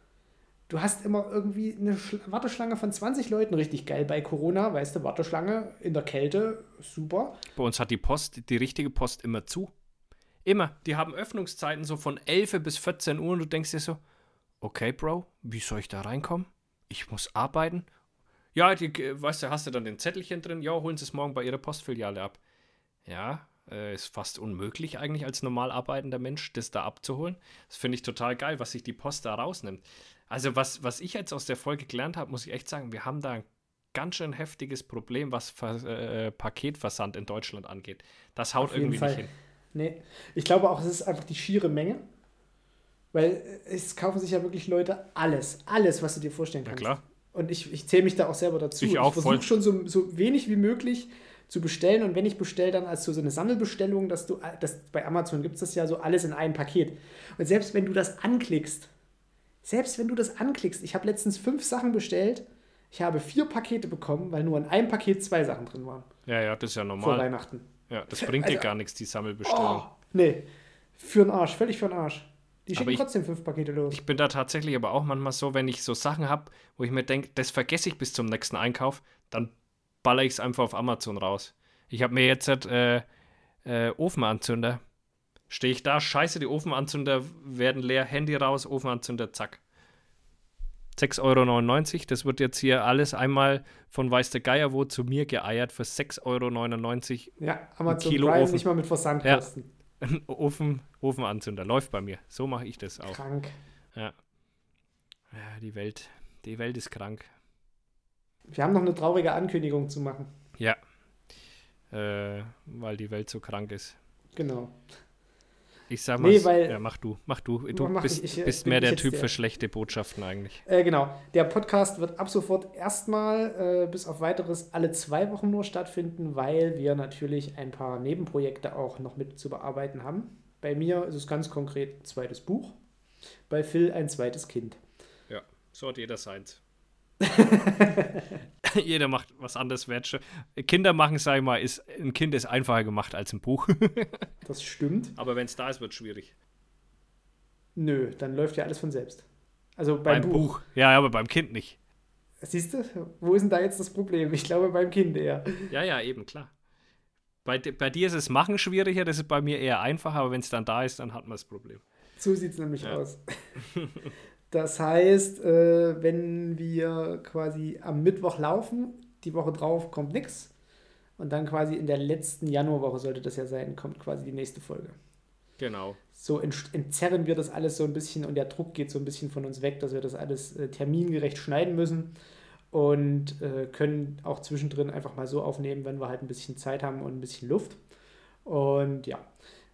Du hast immer irgendwie eine Warteschlange von zwanzig Leuten, richtig geil bei Corona, weißt du, Warteschlange in der Kälte, super. Bei uns hat die Post, die richtige Post immer zu. Immer. Die haben Öffnungszeiten so von elf bis vierzehn Uhr und du denkst dir so, okay, Bro, wie soll ich da reinkommen? Ich muss arbeiten. Ja, die, weißt du, hast du dann den Zettelchen drin, ja, holen Sie es morgen bei Ihrer Postfiliale ab. Ja, äh, ist fast unmöglich eigentlich als normal arbeitender Mensch, das da abzuholen. Das finde ich total geil, was sich die Post da rausnimmt. Also was, was ich jetzt aus der Folge gelernt habe, muss ich echt sagen, wir haben da ein ganz schön heftiges Problem, was Ver- äh, Paketversand in Deutschland angeht. Das haut Auf jeden irgendwie Fall. nicht hin. Nee, ich glaube auch, es ist einfach die schiere Menge. Weil es kaufen sich ja wirklich Leute alles, alles, was du dir vorstellen kannst. Ja, klar. Und ich, ich zähle mich da auch selber dazu. Ich auch, ich versuche schon so, so wenig wie möglich zu bestellen. Und wenn ich bestelle, dann als so, so eine Sammelbestellung, dass du, das, bei Amazon gibt es das ja so alles in einem Paket. Und selbst wenn du das anklickst, selbst wenn du das anklickst, ich habe letztens fünf Sachen bestellt, ich habe vier Pakete bekommen, weil nur in einem Paket zwei Sachen drin waren. Ja, ja, das ist ja normal. Vor Weihnachten. Ja, das bringt also, dir gar nichts, die Sammelbestellung. Oh, nee, für den Arsch, völlig für den Arsch. Die schicken ich, trotzdem fünf Pakete los. Ich bin da tatsächlich aber auch manchmal so, wenn ich so Sachen habe, wo ich mir denke, das vergesse ich bis zum nächsten Einkauf, dann baller ich es einfach auf Amazon raus. Ich habe mir jetzt äh, äh, Ofenanzünder. Stehe ich da, scheiße, die Ofenanzünder werden leer, Handy raus, Ofenanzünder, zack. sechs Euro neunundneunzig, das wird jetzt hier alles einmal von weiß der Geier wo zu mir geeiert für sechs Euro neunundneunzig. Ja, Amazon Kilo Prime Ofen. nicht mal mit Versandkosten. Ja. Ein Ofen, Ofenanzünder, läuft bei mir. So mache ich das auch. Krank. Ja. Ja, die Welt, die Welt ist krank. Wir haben noch eine traurige Ankündigung zu machen. Ja. Äh, weil die Welt so krank ist. Genau. Ich sag mal, nee, weil, ja, mach du, mach du. Du mach bist, ich, ich, bist bin mehr ich der Typ der, für schlechte Botschaften eigentlich. Äh, genau. Der Podcast wird ab sofort erstmal äh, bis auf weiteres alle zwei Wochen nur stattfinden, weil wir natürlich ein paar Nebenprojekte auch noch mit zu bearbeiten haben. Bei mir ist es ganz konkret ein zweites Buch, bei Phil ein zweites Kind. Ja, so hat jeder seins. Jeder macht was anderes wertschätzen. Kinder machen, sag ich mal, ist, ein Kind ist einfacher gemacht als ein Buch. Das stimmt. Aber wenn es da ist, wird es schwierig. Nö, dann läuft ja alles von selbst. Also beim, Beim Buch. Buch. Ja, aber beim Kind nicht. Siehst du, wo ist denn da jetzt das Problem? Ich glaube beim Kind eher. Ja, ja, eben, klar. Bei, bei dir ist es Machen schwieriger, das ist bei mir eher einfacher, aber wenn es dann da ist, dann hat man das Problem. So sieht es nämlich Ja. aus. Das heißt, äh, wenn wir quasi am Mittwoch laufen, die Woche drauf kommt nichts und dann quasi in der letzten Januarwoche sollte das ja sein, kommt quasi die nächste Folge. Genau. So ent- entzerren wir das alles so ein bisschen und der Druck geht so ein bisschen von uns weg, dass wir das alles äh, termingerecht schneiden müssen und äh, können auch zwischendrin einfach mal so aufnehmen, wenn wir halt ein bisschen Zeit haben und ein bisschen Luft. Und ja,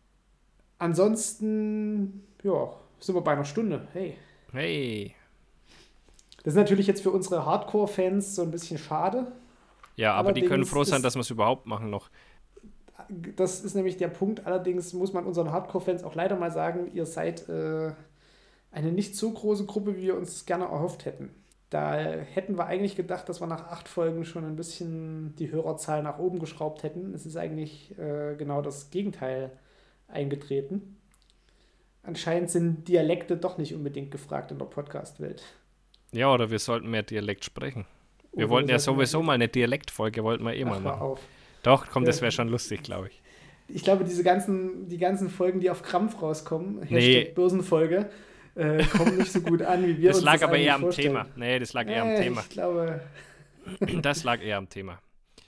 ansonsten, ja, sind wir bei einer Stunde. Hey. Hey. Das ist natürlich jetzt für unsere Hardcore-Fans so ein bisschen schade. Ja, aber die können Allerdings froh sein, ist- dass wir es überhaupt machen noch. Das ist nämlich der Punkt. Allerdings muss man unseren Hardcore-Fans auch leider mal sagen, ihr seid äh, eine nicht so große Gruppe, wie wir uns das gerne erhofft hätten. Da hätten wir eigentlich gedacht, dass wir nach acht Folgen schon ein bisschen die Hörerzahl nach oben geschraubt hätten. Es ist eigentlich äh, genau das Gegenteil eingetreten. Anscheinend sind Dialekte doch nicht unbedingt gefragt in der Podcast-Welt. Ja, oder wir sollten mehr Dialekt sprechen. Wir Oder wollten ja sollten sowieso mal eine Dialektfolge, wollten wir eh mal Ach, hör machen. auf. Doch, komm, das Ja. wäre schon lustig, glaube ich. Ich glaube, diese ganzen, die ganzen Folgen, die auf Krampf rauskommen, Hashtag Nee. Börsenfolge, äh, kommen nicht so gut an, wie wir Das uns lag das aber eigentlich eher am vorstellen. Thema. Nee, das lag eher am Äh, Thema. Ich glaube, Das lag eher am Thema.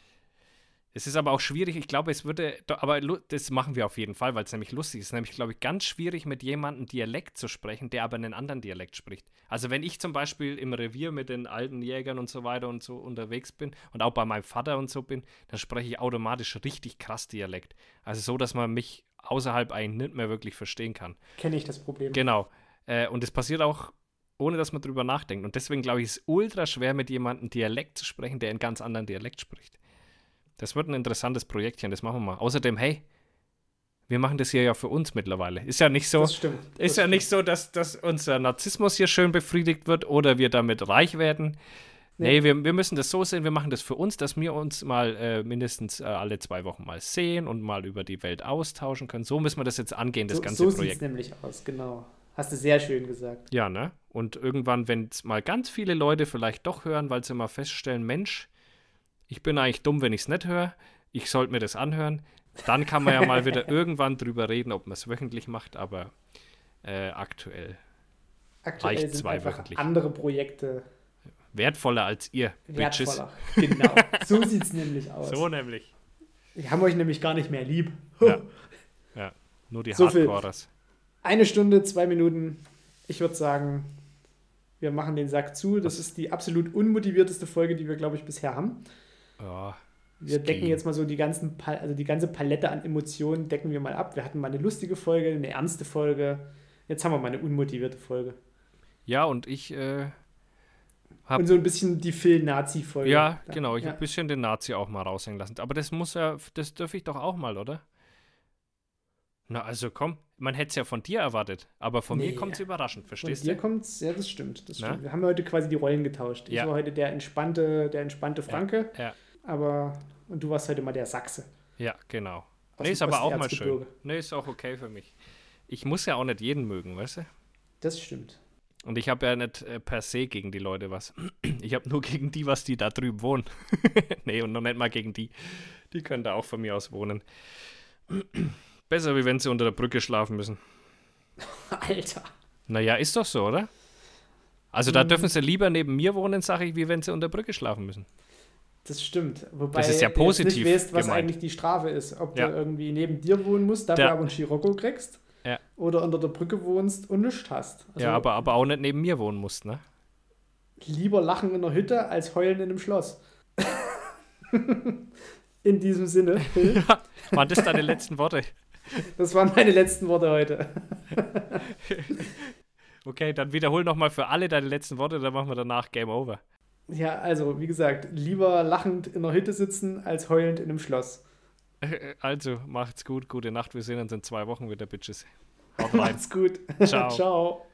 Es ist aber auch schwierig, ich glaube, es würde, doch, aber lu- das machen wir auf jeden Fall, weil es nämlich lustig ist. Nämlich, glaube ich, ganz schwierig, mit jemandem Dialekt zu sprechen, der aber einen anderen Dialekt spricht. Also wenn ich zum Beispiel im Revier mit den alten Jägern und so weiter und so unterwegs bin und auch bei meinem Vater und so bin, dann spreche ich automatisch richtig krass Dialekt. Also so, dass man mich außerhalb eigentlich nicht mehr wirklich verstehen kann. kenne ich das Problem. Genau. Äh, und das passiert auch, ohne dass man drüber nachdenkt. Und deswegen, glaube ich, ist es ultra schwer, mit jemandem Dialekt zu sprechen, der einen ganz anderen Dialekt spricht. Das wird ein interessantes Projektchen, das machen wir mal. Außerdem, hey, wir machen das hier ja für uns mittlerweile. Ist ja nicht so, Das stimmt. Das ist ja stimmt. nicht so, dass, dass unser Narzissmus hier schön befriedigt wird oder wir damit reich werden. Nee, Nee. wir, wir müssen das so sehen, wir machen das für uns, dass wir uns mal äh, mindestens äh, alle zwei Wochen mal sehen und mal über die Welt austauschen können. So müssen wir das jetzt angehen, das So, ganze so sieht es Projekt. nämlich aus, genau. Hast du sehr schön gesagt. Ja, ne? Und irgendwann, wenn es mal ganz viele Leute vielleicht doch hören, weil sie mal feststellen, Mensch, ich bin eigentlich dumm, wenn ich es nicht höre, ich sollte mir das anhören, dann kann man ja mal wieder irgendwann drüber reden, ob man es wöchentlich macht, aber äh, aktuell Aktuell Reicht sind zwei einfach wöchentlich. andere Projekte wertvoller als ihr, Bitches. wertvoller. Genau, so sieht es nämlich aus. So nämlich. Wir haben euch nämlich gar nicht mehr lieb. Ja. Ja, nur die So viel. Hardcorers. Eine Stunde, zwei Minuten. Ich würde sagen, wir machen den Sack zu. Das Was? ist die absolut unmotivierteste Folge, die wir, glaube ich, bisher haben. Ja, Wir es decken ging. jetzt mal so die ganzen, Pa- also die ganze Palette an Emotionen decken wir mal ab. Wir hatten mal eine lustige Folge, eine ernste Folge. Jetzt haben wir mal eine unmotivierte Folge. Ja, und ich, äh, Hab- Und so ein bisschen die Phil-Nazi-Folge. ja, genau, ich ja. habe ein bisschen den Nazi auch mal raushängen lassen. Aber das muss ja, das dürfe ich doch auch mal, oder? Na, also komm, man hätte es ja von dir erwartet, aber von Nee. mir kommt es überraschend, Von verstehst dir du? kommt's, ja, das stimmt. Das Na? stimmt. Wir haben heute quasi die Rollen getauscht. Ich Ja. war heute der entspannte, der entspannte Franke, Ja, aber und du warst heute mal der Sachse. ja, genau. aus Nee, dem ist aber auch mal schön. Osterzgebirge. Nee, ist auch okay für mich. Ich muss ja auch nicht jeden mögen, weißt du? Das stimmt. Und ich habe ja nicht äh, per se gegen die Leute was. Ich habe nur gegen die was, die da drüben wohnen. Nee, und noch nicht mal gegen die. Die können da auch von mir aus wohnen. Besser, wie wenn sie unter der Brücke schlafen müssen. Alter. Naja, ist doch so, oder? Also da Mm. dürfen sie lieber neben mir wohnen, sage ich, wie wenn sie unter der Brücke schlafen müssen. Das stimmt. Wobei Das ist ja du jetzt positiv nicht weißt, was gemeint. eigentlich die Strafe ist. Ob Ja. du irgendwie neben dir wohnen musst, dafür Da- aber einen Scirocco kriegst. Ja. Oder unter der Brücke wohnst und nichts hast. Also Ja, aber, aber auch nicht neben mir wohnen musst, ne? lieber lachen in der Hütte als heulen in einem Schloss. In diesem Sinne, Phil, Waren das deine letzten Worte? das waren meine letzten Worte heute. Okay, dann wiederhol nochmal für alle deine letzten Worte, dann machen wir danach Game Over. Ja, also, wie gesagt, lieber lachend in der Hütte sitzen als heulend in einem Schloss. Also, macht's gut, gute Nacht, wir sehen uns in zwei Wochen wieder, Bitches. Haut rein. Macht's gut. Ciao. Ciao.